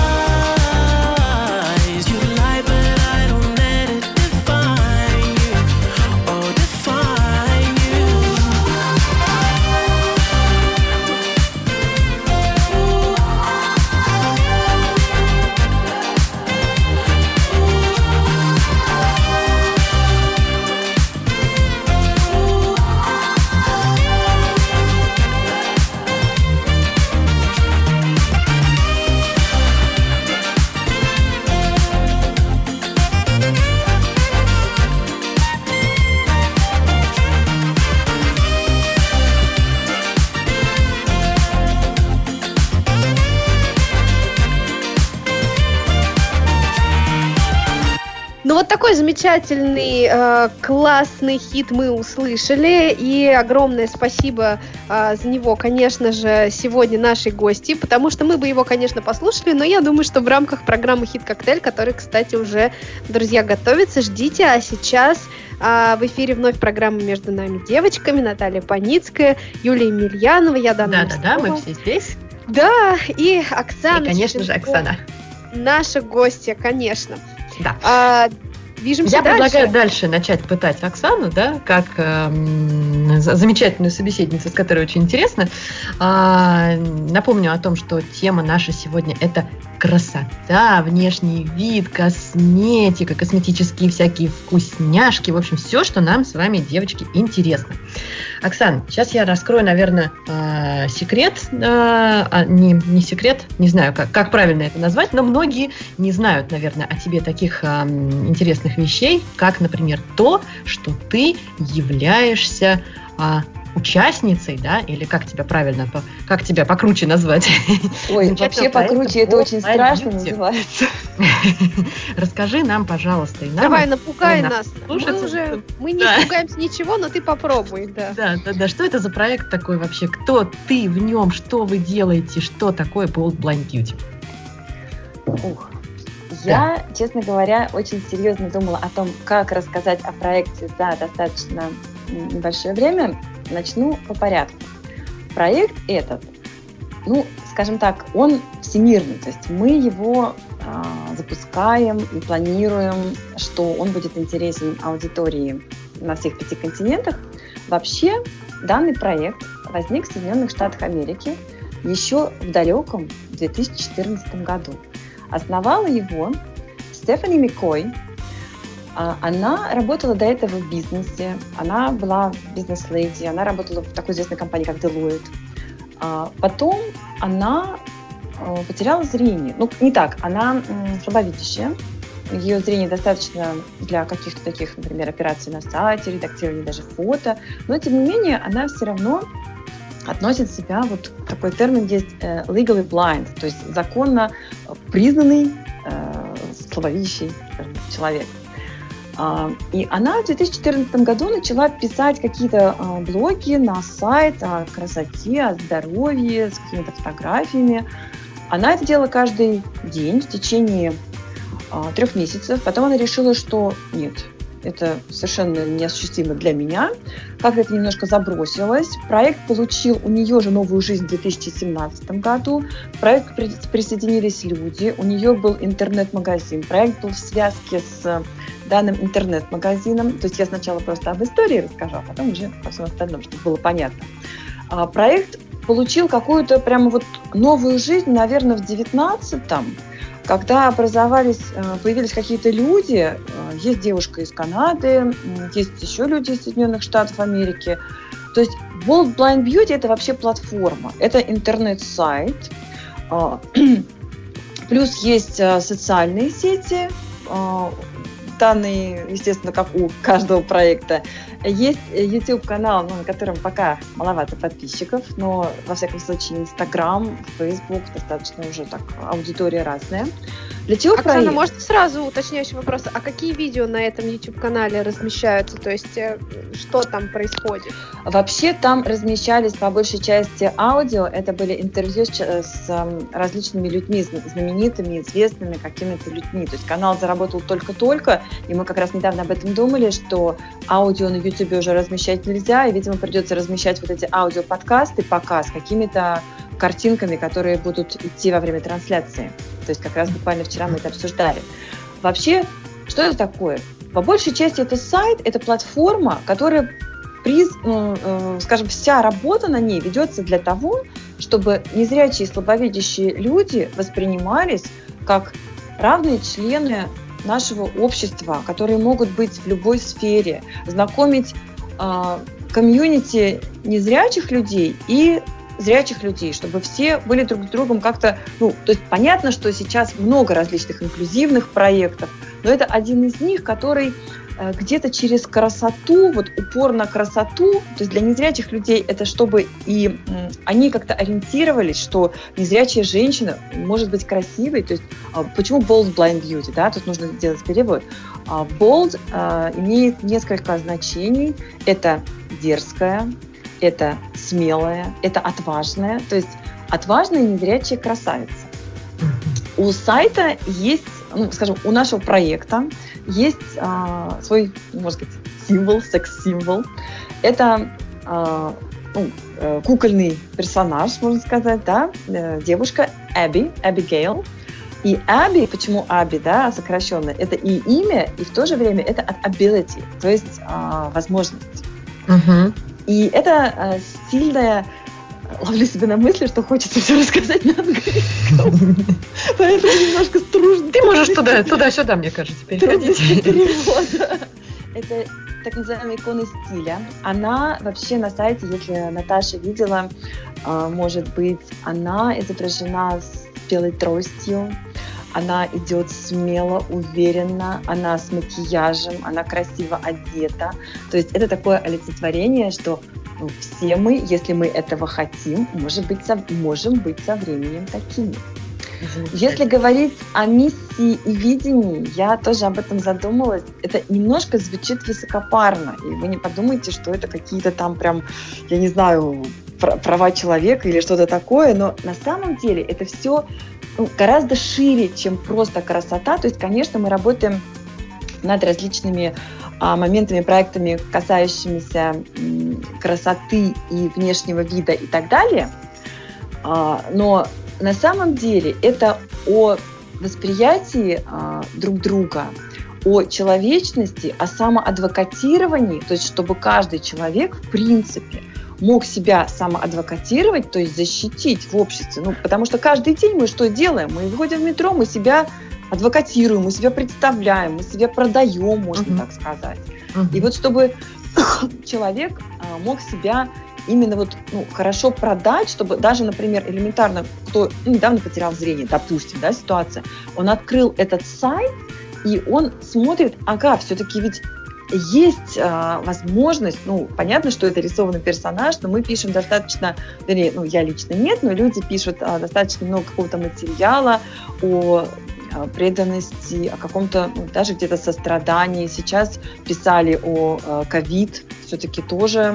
eyes. You lie, but I don't let it define you. Oh, define Ну вот такой замечательный, э, классный хит мы услышали, и огромное спасибо э, за него, конечно же, сегодня нашей гости, потому что мы бы его, конечно, послушали, но я думаю, что в рамках программы «Хит-коктейль», который, кстати, уже, друзья, готовится, ждите, а сейчас э, в эфире вновь программа «Между нами девочками», Наталья Паницкая, Юлия Емельянова, я Дана Да-да-да, мы все здесь. Да, и Оксана. И, конечно же, Чеченкова, Оксана. наша гостья, конечно. Да. А, движемся Я дальше. предлагаю дальше начать пытать Оксану, да, как эм, замечательную собеседницу, с которой очень интересно. А, напомню о том, что тема наша сегодня – это красота, внешний вид, косметика, косметические всякие вкусняшки. В общем, все, что нам с вами, девочки, интересно. Оксан, сейчас я раскрою, наверное, э, секрет. Э, а, не, не секрет, не знаю, как, как правильно это назвать, но многие не знают, наверное, о тебе таких э, интересных вещей, как, например, то, что ты являешься э, участницей, да, или как тебя правильно, по, как тебя покруче назвать? Ой, вообще покруче это очень страшно называется. Расскажи нам, пожалуйста, и нам. Давай, напугай и нас. Мы слушаться. уже мы не Да. испугаемся ничего, но ты попробуй, да. Да, да, да. Что это за проект такой вообще? Кто ты в нем? Что вы делаете? Что такое Bold Blind Beauty? Ух. Я, честно говоря, очень серьезно думала о том, как рассказать о проекте за достаточно небольшое время. Начну по порядку. Проект этот, ну, скажем так, он всемирный. То есть мы его а, запускаем и планируем, что он будет интересен аудитории на всех пяти континентах. Вообще, данный проект возник в Соединенных Штатах Америки еще в далеком две тысячи четырнадцатом году. Основала его Стефани Маккой. Она работала до этого в бизнесе, она была бизнес-леди, она работала в такой известной компании, как Deloitte. Потом она потеряла зрение. Ну, не так, она слабовидящая. Ее зрение достаточно для каких-то таких, например, операций на сайте, редактирования даже фото. Но, тем не менее, она все равно относит себя, вот такой термин есть, legally blind, то есть законно признанный слабовидящий человек. И она в две тысячи четырнадцатом году начала писать какие-то блоги на сайт о красоте, о здоровье, с какими-то фотографиями. Она это делала каждый день в течение трех месяцев. Потом она решила, что нет, это совершенно неосуществимо для меня. Как-то это немножко забросилось. Проект получил у нее же новую жизнь в две тысячи семнадцатом году. К проекту присоединились люди. У нее был интернет-магазин. Проект был в связке с данным интернет-магазином. То есть я сначала просто об истории расскажу, а потом уже о всем остальном, чтобы было понятно. А проект получил какую-то прямо вот новую жизнь, наверное, в девятнадцатом, когда образовались, появились какие-то люди. Есть девушка из Канады, есть еще люди из Соединенных Штатов Америки. То есть Bold Blind Beauty – это вообще платформа, это интернет-сайт. Плюс есть социальные сети, данные, естественно, как у каждого проекта. Есть YouTube-канал, ну, на котором пока маловато подписчиков, но, во всяком случае, Instagram, Facebook, достаточно уже так, аудитория разная. Для чего Оксана, проект? может сразу уточняющий вопрос, а какие видео на этом YouTube-канале размещаются? То есть, что там происходит? Вообще там размещались по большей части аудио, это были интервью с, с различными людьми, знаменитыми, известными какими-то людьми. То есть канал заработал только-только, и мы как раз недавно об этом думали, что аудио на YouTube уже размещать нельзя, и, видимо, придется размещать вот эти аудиоподкасты, показ какими-то картинками, которые будут идти во время трансляции. То есть как раз буквально вчера мы это обсуждали. Вообще, что это такое? По большей части это сайт, это платформа, которая, приз, ну, э, скажем, вся работа на ней ведется для того, чтобы незрячие и слабовидящие люди воспринимались как равные члены нашего общества, которые могут быть в любой сфере, знакомить э, комьюнити незрячих людей и зрячих людей, чтобы все были друг с другом как-то, ну, то есть понятно, что сейчас много различных инклюзивных проектов, но это один из них, который где-то через красоту, вот упор на красоту, то есть для незрячих людей это чтобы и они как-то ориентировались, что незрячая женщина может быть красивой, то есть почему bold blind beauty, да, тут нужно сделать перевод. Bold а, имеет несколько значений, это дерзкая, это смелая, это отважная, то есть отважная незрячая красавица. У сайта есть, ну, скажем, у нашего проекта есть а, свой, можно сказать, символ, секс-символ. Это а, ну, кукольный персонаж, можно сказать, да, девушка Эбби, Эбигейл. И Абби, почему Абби, да, сокращенно, это и имя, и в то же время это от ability, то есть а, возможность. Угу. И это а, стильная, ловлю себя на мысли, что хочется все рассказать на английском. Поэтому немножко трудно. Ты можешь туда, туда-сюда, мне кажется, переходить. Это так называемая икона стиля. Она вообще на сайте, если Наташа видела, может быть, она изображена с белой тростью. Она идет смело, уверенно, она с макияжем, она красиво одета. То есть это такое олицетворение, что ну, все мы, если мы этого хотим, может быть, со, можем быть со временем такими. Если говорить о миссии и видении, я тоже об этом задумалась. Это немножко звучит высокопарно, и вы не подумайте, что это какие-то там прям, я не знаю, права человека или что-то такое, но на самом деле это все гораздо шире, чем просто красота. То есть, конечно, мы работаем над различными а, моментами, проектами, касающимися м, красоты и внешнего вида и так далее. А, но на самом деле это о восприятии а, друг друга, о человечности, о самоадвокатировании, то есть чтобы каждый человек в принципе мог себя самоадвокатировать, то есть защитить в обществе. Ну, потому что каждый день мы что делаем? Мы выходим в метро, мы себя адвокатируем, мы себя представляем, мы себя продаем, можно uh-huh. так сказать. Uh-huh. И вот чтобы человек а, мог себя именно вот, ну, хорошо продать, чтобы даже, например, элементарно, кто ну, недавно потерял зрение, допустим, да, ситуация, он открыл этот сайт, и он смотрит, ага, все-таки ведь есть а, возможность, ну, понятно, что это рисованный персонаж, но мы пишем достаточно, вернее, ну, я лично нет, но люди пишут а, достаточно много какого-то материала о а, преданности, о каком-то, ну, даже где-то сострадании. Сейчас писали о ковид, все-таки тоже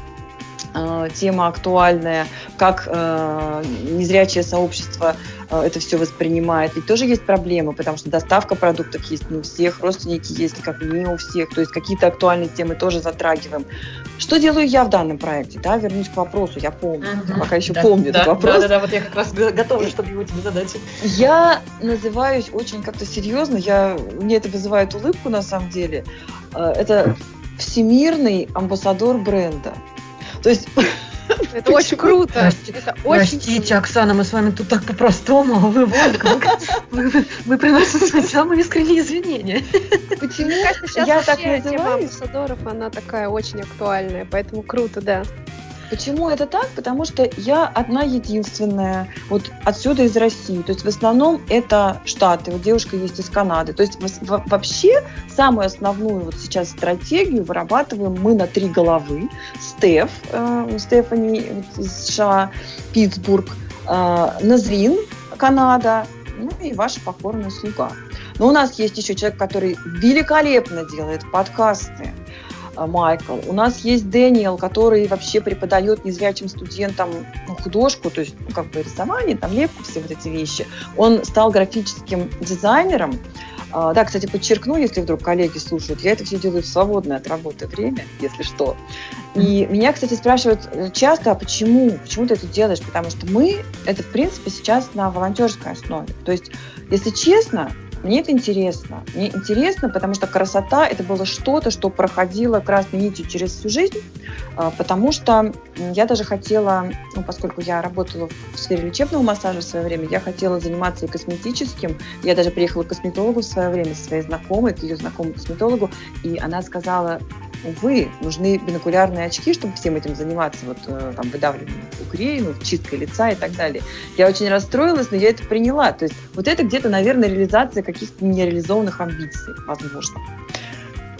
а, тема актуальная, как а, незрячее сообщество это все воспринимает. Ведь тоже есть проблемы, потому что доставка продуктов есть не у всех, родственники есть как не у всех, то есть какие-то актуальные темы тоже затрагиваем. Что делаю я в данном проекте? Да, вернусь к вопросу, я помню, uh-huh. пока еще да, помню да, этот вопрос. Да-да-да, вот я как раз готова, чтобы его тебе задать. Я называюсь очень как-то серьезно, я, мне это вызывает улыбку на самом деле. Это всемирный амбассадор бренда. То есть это очень круто. Прости, это очень простите, круто. Оксана, мы с вами тут так по-простому, а вы вот как. Вы, вы, вы приносите свои самые искренние извинения. Почему? Мне кажется, сейчас я вообще так тема называюсь? амбассадоров, она такая очень актуальная, поэтому круто, да. Почему это так? Потому что я одна единственная, вот отсюда из России. То есть в основном это Штаты, вот девушка есть из Канады. То есть вообще самую основную вот сейчас стратегию вырабатываем мы на три головы. Стеф, э, Стефани вот, из США, Питтсбург, э, Назрин, Канада, ну и ваша покорная слуга. Но у нас есть еще человек, который великолепно делает подкасты, Майкл. У нас есть Дэниел, который вообще преподает незрячим студентам ну, художку, то есть ну, как бы рисование, там лепку, все вот эти вещи. Он стал графическим дизайнером. А, да, кстати, подчеркну, если вдруг коллеги слушают, я это все делаю в свободное от работы время, если что. И меня, кстати, спрашивают часто, а почему? Почему ты это делаешь? Потому что мы это, в принципе, сейчас на волонтерской основе. То есть, если честно, мне это интересно. Мне интересно, потому что красота – это было что-то, что проходило красной нитью через всю жизнь, потому что я даже хотела, ну, поскольку я работала в сфере лечебного массажа в свое время, я хотела заниматься и косметическим. Я даже приехала к косметологу в свое время, со своей знакомой, к ее знакомому косметологу, и она сказала: увы, нужны бинокулярные очки, чтобы всем этим заниматься, вот там выдавливанием угрей, ну, чисткой лица и так далее. Я очень расстроилась, но я это приняла. То есть вот это где-то, наверное, реализация каких-то нереализованных амбиций, возможно.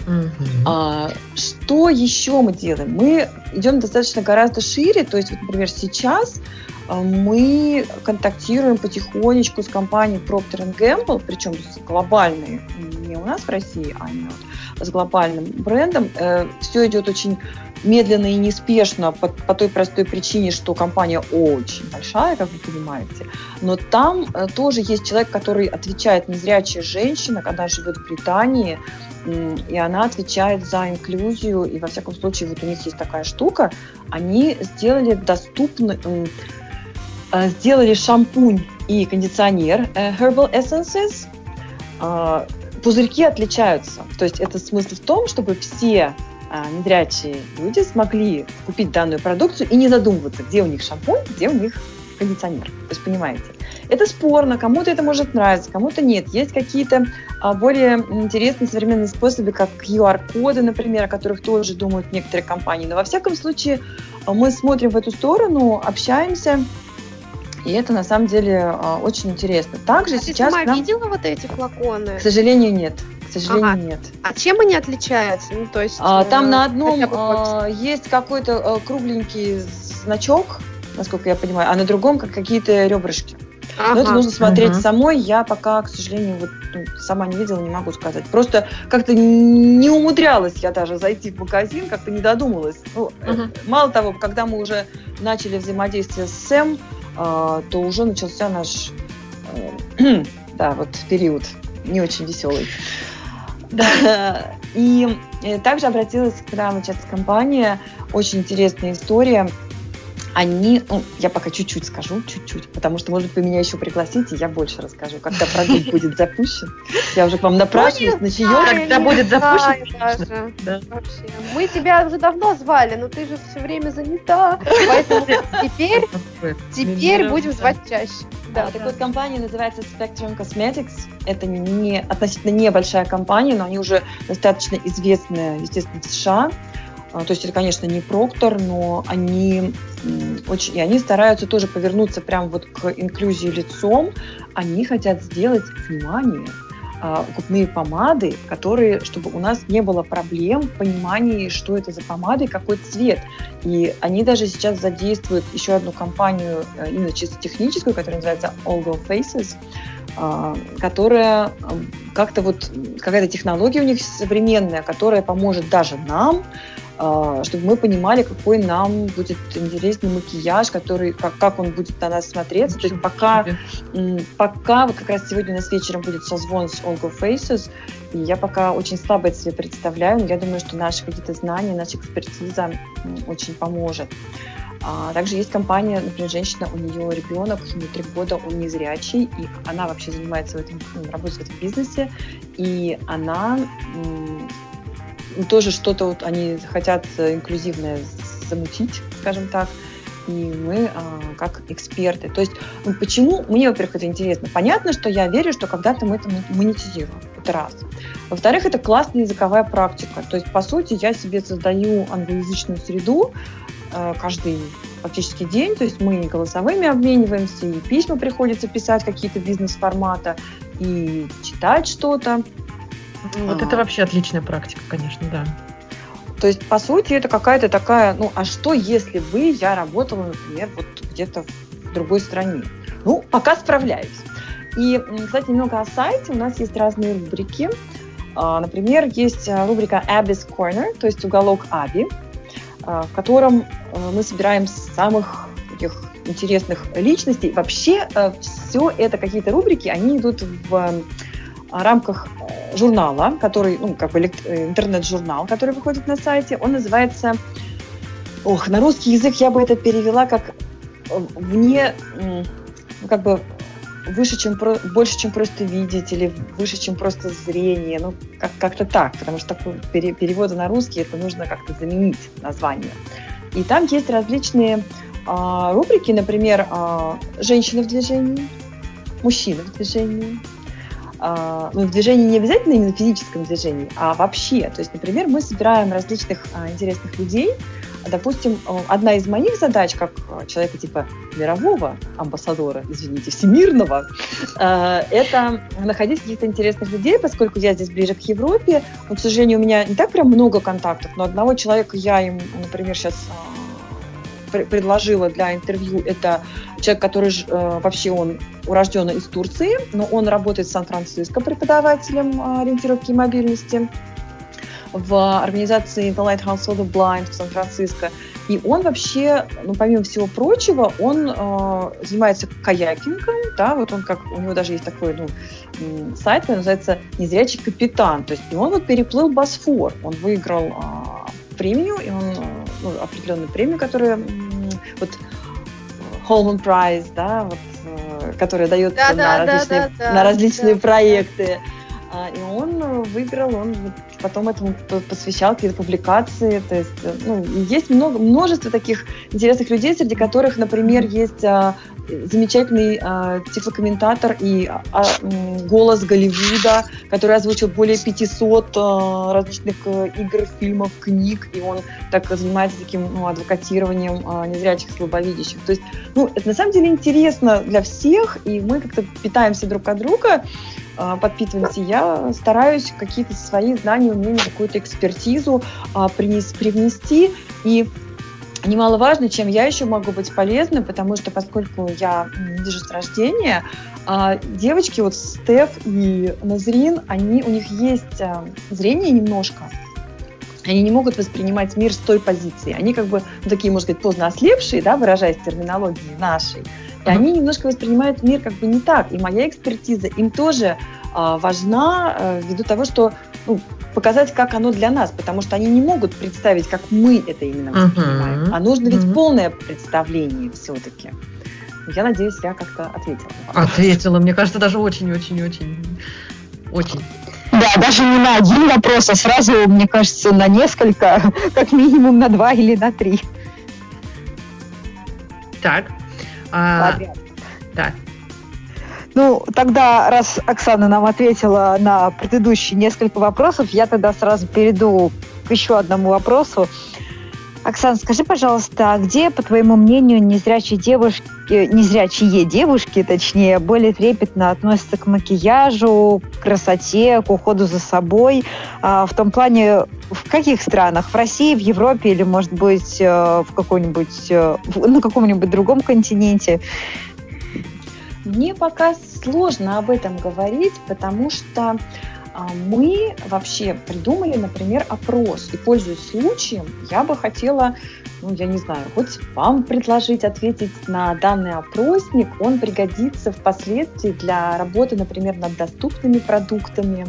Мгм. А, что еще мы делаем? Мы идем достаточно гораздо шире. То есть, вот, например, сейчас а, мы контактируем потихонечку с компанией Procter энд Gamble, причем с глобальной, не у нас в России, а именно вот с глобальным брендом. Э, все идет очень медленно и неспешно по, по той простой причине, что компания очень большая, как вы понимаете. Но там э, тоже есть человек, который отвечает, незрячая женщина, когда живет в Британии, м, и она отвечает за инклюзию. И во всяком случае, вот у них есть такая штука, они сделали доступны, м, э, сделали шампунь и кондиционер э, Herbal Essences. Э, пузырьки отличаются. То есть это смысл в том, чтобы все а, незрячие люди смогли купить данную продукцию и не задумываться, где у них шампунь, где у них кондиционер. То есть, понимаете, это спорно, кому-то это может нравиться, кому-то нет. Есть какие-то а, более интересные современные способы, как ку ар-коды, например, о которых тоже думают некоторые компании. Но во всяком случае а, мы смотрим в эту сторону, общаемся, и это на самом деле а, очень интересно. Также А ты сейчас сама нам, видела вот эти флаконы? к сожалению, нет. К сожалению, Ага. нет. А чем они отличаются? Ну, то есть, А, там э, на одном хотя бы по- а, есть какой-то а, кругленький значок, насколько я понимаю, а на другом как какие-то ребрышки. Но это Ага. нужно смотреть Мгм. самой. Я пока, к сожалению, вот, ну, сама не видела, не могу сказать. Просто как-то не умудрялась я даже зайти в магазин, как-то не додумалась. Ну, э, Мгм. мало того, когда мы уже начали взаимодействие с Сэм, а, то уже начался наш э, да, вот период не очень веселый. Да. И э, также обратилась к нам сейчас компания, очень интересная история. Они, ну, я пока чуть-чуть скажу, чуть-чуть, потому что, может быть, вы меня еще пригласите, я больше расскажу, когда продукт будет запущен. Я уже к вам напрашиваюсь на чаек. Когда будет запущен, Знаю конечно. даже. Да. Вообще. Мы тебя уже давно звали, но ты же все время занята. Поэтому теперь, теперь будем звать чаще. Да, Да, так вот, компания называется Spectrum Cosmetics. Это не, относительно небольшая компания, но они уже достаточно известные, естественно, в США. А, То есть это, конечно, не Procter, но они м, очень, и они стараются тоже повернуться прямо вот к инклюзии лицом. Они хотят сделать, внимание, а, губные помады, которые, чтобы у нас не было проблем в понимании, что это за помада и какой цвет. И они даже сейчас задействуют еще одну компанию, э, именно чисто техническую, которая называется All Go Faces, а, которая а, как-то вот, какая-то технология у них современная, которая поможет даже нам, а, чтобы мы понимали, какой нам будет интересный макияж, который, как, как он будет на нас смотреться. То есть пока, м, пока, вот как раз сегодня у нас вечером будет созвон с All Go Faces, и я пока очень слабо это себе представляю, но я думаю, что наши какие-то знания, наша экспертиза м, очень поможет. А также есть компания, например, женщина, у нее ребенок, ему три года, он незрячий, и она вообще занимается в этом, ну, работает в этом бизнесе, и она м, тоже что-то вот они хотят инклюзивное замутить, скажем так, и мы а, как эксперты. То есть, ну, почему? Мне, во-первых, это интересно. Понятно, что я верю, что когда-то мы это монетизируем. Это раз. Во-вторых, это классная языковая практика. То есть, по сути, я себе создаю англоязычную среду э, каждый фактически день. То есть мы и голосовыми обмениваемся, и письма приходится писать, какие-то бизнес-формата, и читать что-то. Вот это вообще отличная практика, конечно, да. То есть, по сути, это какая-то такая, ну, а что, если бы я работала, например, вот где-то в другой стране? Ну, пока справляюсь. И, кстати, немного о сайте. У нас есть разные рубрики. Например, есть рубрика Abby's Corner, то есть уголок Аби, в котором мы собираем самых таких интересных личностей. Вообще, все это какие-то рубрики, они идут в рамках журнала, который, ну, как бы интернет-журнал, который выходит на сайте. Он называется, ох, на русский язык я бы это перевела как вне, ну, как бы выше, чем, больше, чем просто видеть, или выше, чем просто зрение, ну, как- как-то так, потому что такой пере- перевода на русский это нужно как-то заменить название. И там есть различные а, рубрики, например, а, «Женщины в движении», «Мужчины в движении». А, ну, в движении не обязательно именно в физическом движении, а вообще. То есть, например, мы собираем различных а, интересных людей, допустим, одна из моих задач, как человека типа мирового амбассадора, извините, всемирного, это находить каких-то интересных людей, поскольку я здесь ближе к Европе. Но, к сожалению, у меня не так прям много контактов, но одного человека я им, например, сейчас предложила для интервью. Это человек, который вообще он урожденный из Турции, но он работает в Сан-Франциско преподавателем ориентировки и мобильности в организации The Lighthouse for the Blind в Сан-Франциско. И он вообще, ну, помимо всего прочего, он э, занимается каякингом, да, вот он как, у него даже есть такой, ну, сайт, который называется «Незрячий капитан», то есть и он вот переплыл Босфор, он выиграл э, премию, и он, э, ну, определенную премию, которая, э, вот, Holman Prize, да, вот, э, которая дается да, на, да, различные, да, да, на различные да, проекты. И он выиграл, он потом этому посвящал какие-то публикации. То есть, ну, есть много, множество таких интересных людей, среди которых, например, есть а, замечательный а, тифлокомментатор и а, голос Голливуда, который озвучил более пятисот а, различных а, игр, фильмов, книг, и он так занимается таким, ну, адвокатированием а, незрячих, слабовидящих. То есть, ну, это на самом деле интересно для всех, и мы как-то питаемся друг от друга, подпитываемся. Я стараюсь какие-то свои знания, умения, какую-то экспертизу а, принес, привнести. И немаловажно, чем я еще могу быть полезна, потому что, поскольку я не вижу с рождения, а, девочки, вот Стеф и Назрин, они, у них есть а, зрение немножко. Они не могут воспринимать мир с той позиции. Они как бы, ну, такие, можно сказать, поздно ослепшие, да, выражаясь терминологией нашей. И они немножко воспринимают мир как бы не так. И моя экспертиза им тоже а, важна а, ввиду того, что, ну, показать, как оно для нас, потому что они не могут представить, как мы это именно воспринимаем. Uh-huh. А нужно ведь uh-huh. полное представление все-таки. Я надеюсь, я как-то ответила. Ответила. Мне кажется, даже очень-очень-очень. Очень. Да, даже не на один вопрос, а сразу, мне кажется, на несколько, как минимум на два или на три. Так. А, да. Ну, тогда, раз Оксана нам ответила на предыдущие несколько вопросов, я тогда сразу перейду к еще одному вопросу. Оксана, скажи, пожалуйста, а где, по твоему мнению, незрячие девушки, незрячие девушки, точнее, более трепетно относятся к макияжу, к красоте, к уходу за собой? А, в том плане, в каких странах? В России, в Европе или, может быть, в каком-нибудь, на каком-нибудь другом континенте? Мне пока сложно об этом говорить, потому что мы вообще придумали, например, опрос. И, пользуясь случаем, я бы хотела, ну, я не знаю, хоть вам предложить ответить на данный опросник. Он пригодится впоследствии для работы, например, над доступными продуктами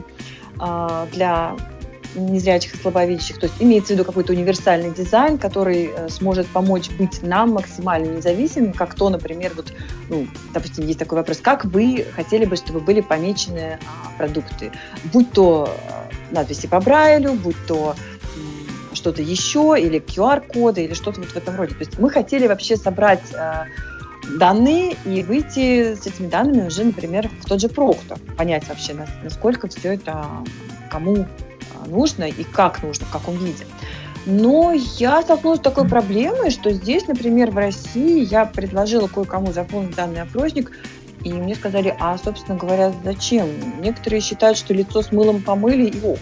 для незрячих и слабовидящих. То есть имеется в виду какой-то универсальный дизайн, который э, сможет помочь быть нам максимально независимым, как то, например, вот, ну, допустим, есть такой вопрос, как вы хотели бы, чтобы были помечены а, продукты, будь то э, надписи по Брайлю, будь то э, что-то еще, или ку ар-коды, или что-то вот в этом роде. То есть мы хотели вообще собрать э, данные и выйти с этими данными уже, например, в тот же Procter, понять вообще, насколько все это кому нужно и как нужно, в каком виде. Но я столкнулась с такой проблемой, что здесь, например, в России я предложила кое-кому заполнить данный опросник, и мне сказали, а, собственно говоря, зачем? Некоторые считают, что лицо с мылом помыли и ок.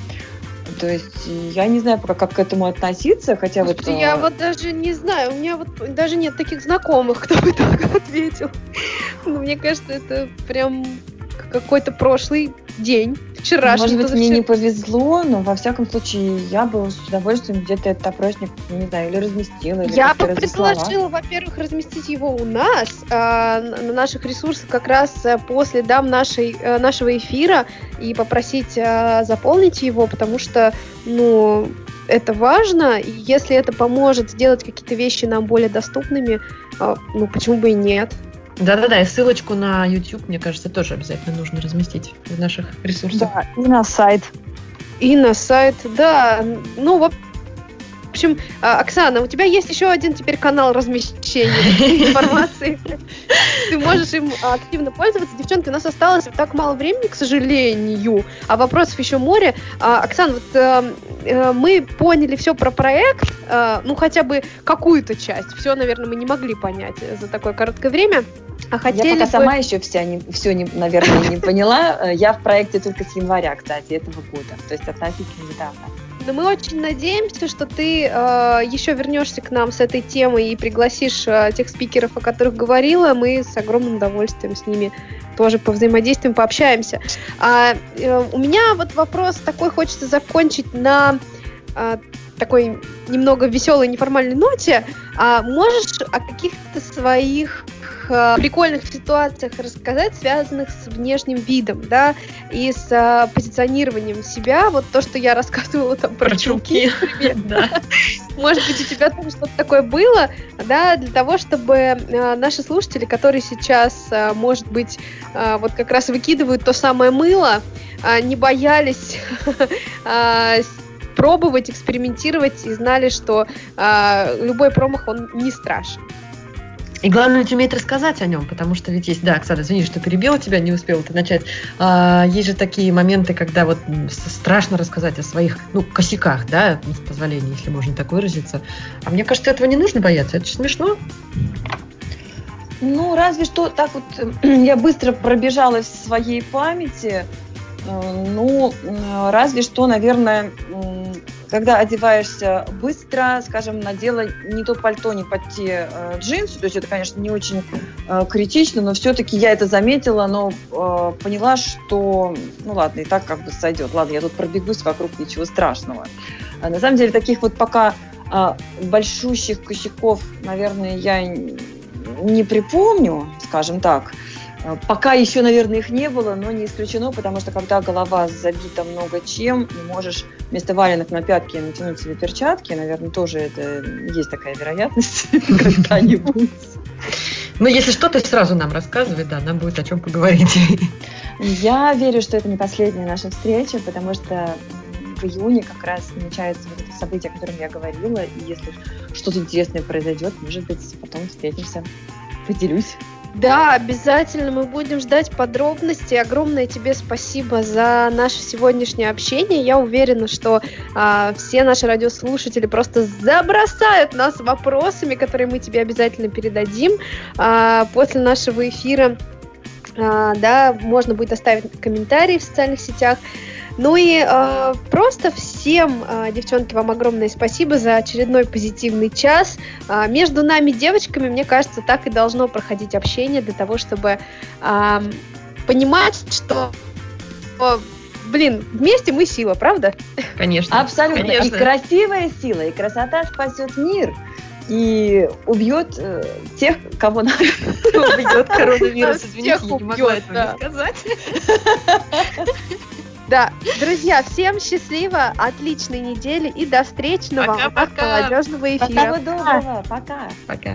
То есть я не знаю пока, как к этому относиться, хотя Слушайте, вот... Я вот даже не знаю, у меня вот даже нет таких знакомых, кто бы так ответил. Но мне кажется, это прям какой-то прошлый день, вчерашний. Может быть, мне не повезло, но во всяком случае я бы с удовольствием где-то этот опросник, не знаю, или разместила, или Я бы разослала. предложила, во-первых, разместить его у нас, э, на наших ресурсах как раз после дам нашей, э, нашего эфира и попросить э, заполнить его, потому что, ну, это важно, и если это поможет сделать какие-то вещи нам более доступными, э, ну, почему бы и нет. Да-да-да, и ссылочку на YouTube, мне кажется, тоже обязательно нужно разместить в наших ресурсах. Да, и на сайт. И на сайт, да. Ну, в общем, Оксана, у тебя есть еще один теперь канал размещения информации. Ты можешь им активно пользоваться. Девчонки, у нас осталось так мало времени, к сожалению, а вопросов еще море. Оксана, вот э, мы поняли все про проект, э, ну хотя бы какую-то часть. Все, наверное, мы не могли понять за такое короткое время. А хотели я пока бы... сама еще вся не, все, не, наверное, не поняла. Я в проекте только с января, кстати, этого года. То есть относительно недавно. Но мы очень надеемся, что ты э, еще вернешься к нам с этой темой и пригласишь э, тех спикеров, о которых говорила. Мы с огромным удовольствием с ними тоже повзаимодействуем, пообщаемся. А, э, у меня вот вопрос такой, хочется закончить на э, такой немного веселой, неформальной ноте. А можешь о каких-то своих э, прикольных ситуациях рассказать, связанных с внешним видом, да, и с э, позиционированием себя? Вот то, что я рассказывала там про, про чулки, да. Может быть, у тебя тоже что-то такое было, да, для того, чтобы э, наши слушатели, которые сейчас, э, может быть, э, вот как раз выкидывают то самое мыло, э, не боялись э, пробовать, экспериментировать и знали, что э, любой промах, он не страшен. И главное, ведь уметь рассказать о нем, потому что ведь есть, да, Оксана, извини, что перебила тебя, не успела ты начать. А, есть же такие моменты, когда вот страшно рассказать о своих, ну, косяках, да, с позволения, если можно так выразиться. А мне кажется, этого не нужно бояться, это же смешно. Ну, разве что так вот я быстро пробежалась в своей памяти. Ну, разве что, наверное, когда одеваешься быстро, скажем, надела не то пальто, не под те э, джинсы, то есть это, конечно, не очень э, критично, но все-таки я это заметила, но э, поняла, что, ну ладно, и так как бы сойдет. Ладно, я тут пробегусь вокруг, ничего страшного. А на самом деле таких вот пока э, большущих косяков, наверное, я не припомню, скажем так. Пока еще, наверное, их не было, но не исключено, потому что когда голова забита много чем, и можешь вместо валенок на пятки натянуть себе перчатки, наверное, тоже это есть такая вероятность когда-нибудь. Ну, если что, то сразу нам рассказывай, да, нам будет о чем поговорить. Я верю, что это не последняя наша встреча, потому что в июне как раз намечается вот это событие, о котором я говорила, и если что-то интересное произойдет, может быть, потом встретимся, поделюсь. Да, обязательно мы будем ждать подробностей. Огромное тебе спасибо за наше сегодняшнее общение. Я уверена, что а, все наши радиослушатели просто забросают нас вопросами, которые мы тебе обязательно передадим а, после нашего эфира. А, да, можно будет оставить комментарии в социальных сетях. Ну и э, просто всем, э, девчонки, вам огромное спасибо за очередной позитивный час. Э, между нами, девочками, мне кажется, так и должно проходить общение для того, чтобы э, понимать, что, э, блин, вместе мы сила, правда? Конечно. Абсолютно. Конечно. И красивая сила, и красота спасет мир. И убьет э, тех, кого надо. Убьет коронавирус. Извините, я Всех не могла убьет, этого да. не сказать. Да, друзья, всем счастливо, отличной недели и до встречи на волнах Пока-пока. молодежного эфира. Всего доброго. Пока. Пока.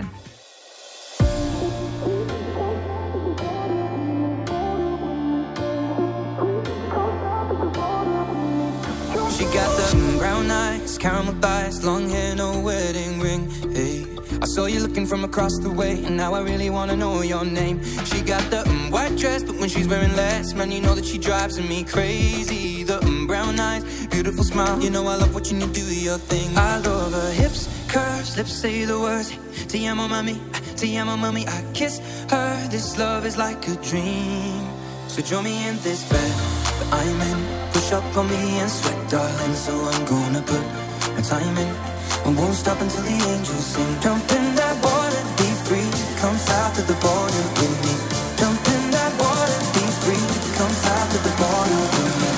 She got the brown eyes, caramel thighs, long hair, no wedding ring. Hey, I saw you looking from across the way, and now I really wanna know your name. She got the um, white dress, but when she's wearing less, man, you know that she drives me crazy. The um, brown eyes, beautiful smile, you know I love watching you do your thing. I love her hips, curves, lips say the words. Te amo, mami, te amo, mami. I kiss her. This love is like a dream. So join me in this bed that I'm in. Push up on me and sweat, darling. So I'm gonna put my time in. I won't stop until the angels sing. Jump in that water, be free. Come south of the border with me. Jump in that water, be free. Come south of the border with me.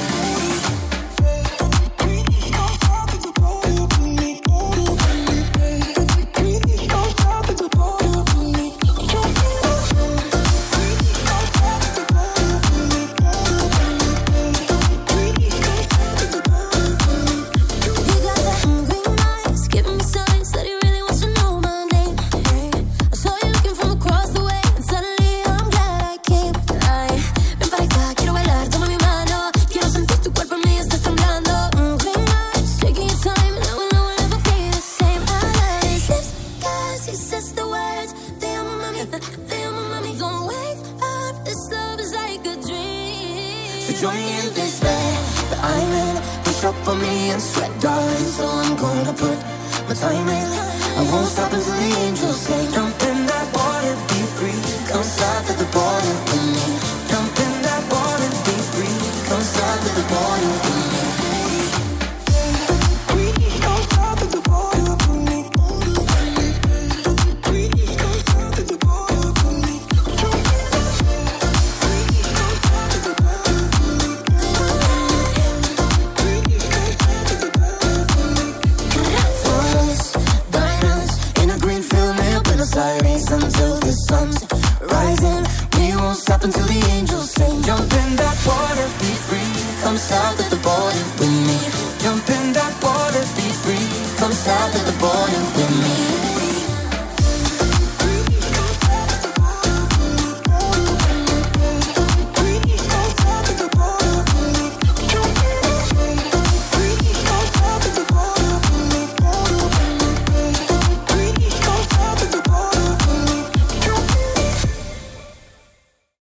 Across the way, and suddenly I'm up on me and sweat, darling. So I'm gonna put my time in. I won't stop until the angels say, jump in that water, be free. Come south of the border with me. Jump in that water, be free. Come south of the border with me. Come south of the border with me. Come south of the border with me. Until the sun's rising, we won't stop until the angels sing. Jump in that water, be free. Come south of the border with me. Jump in that water, be free. Come south of the border with me.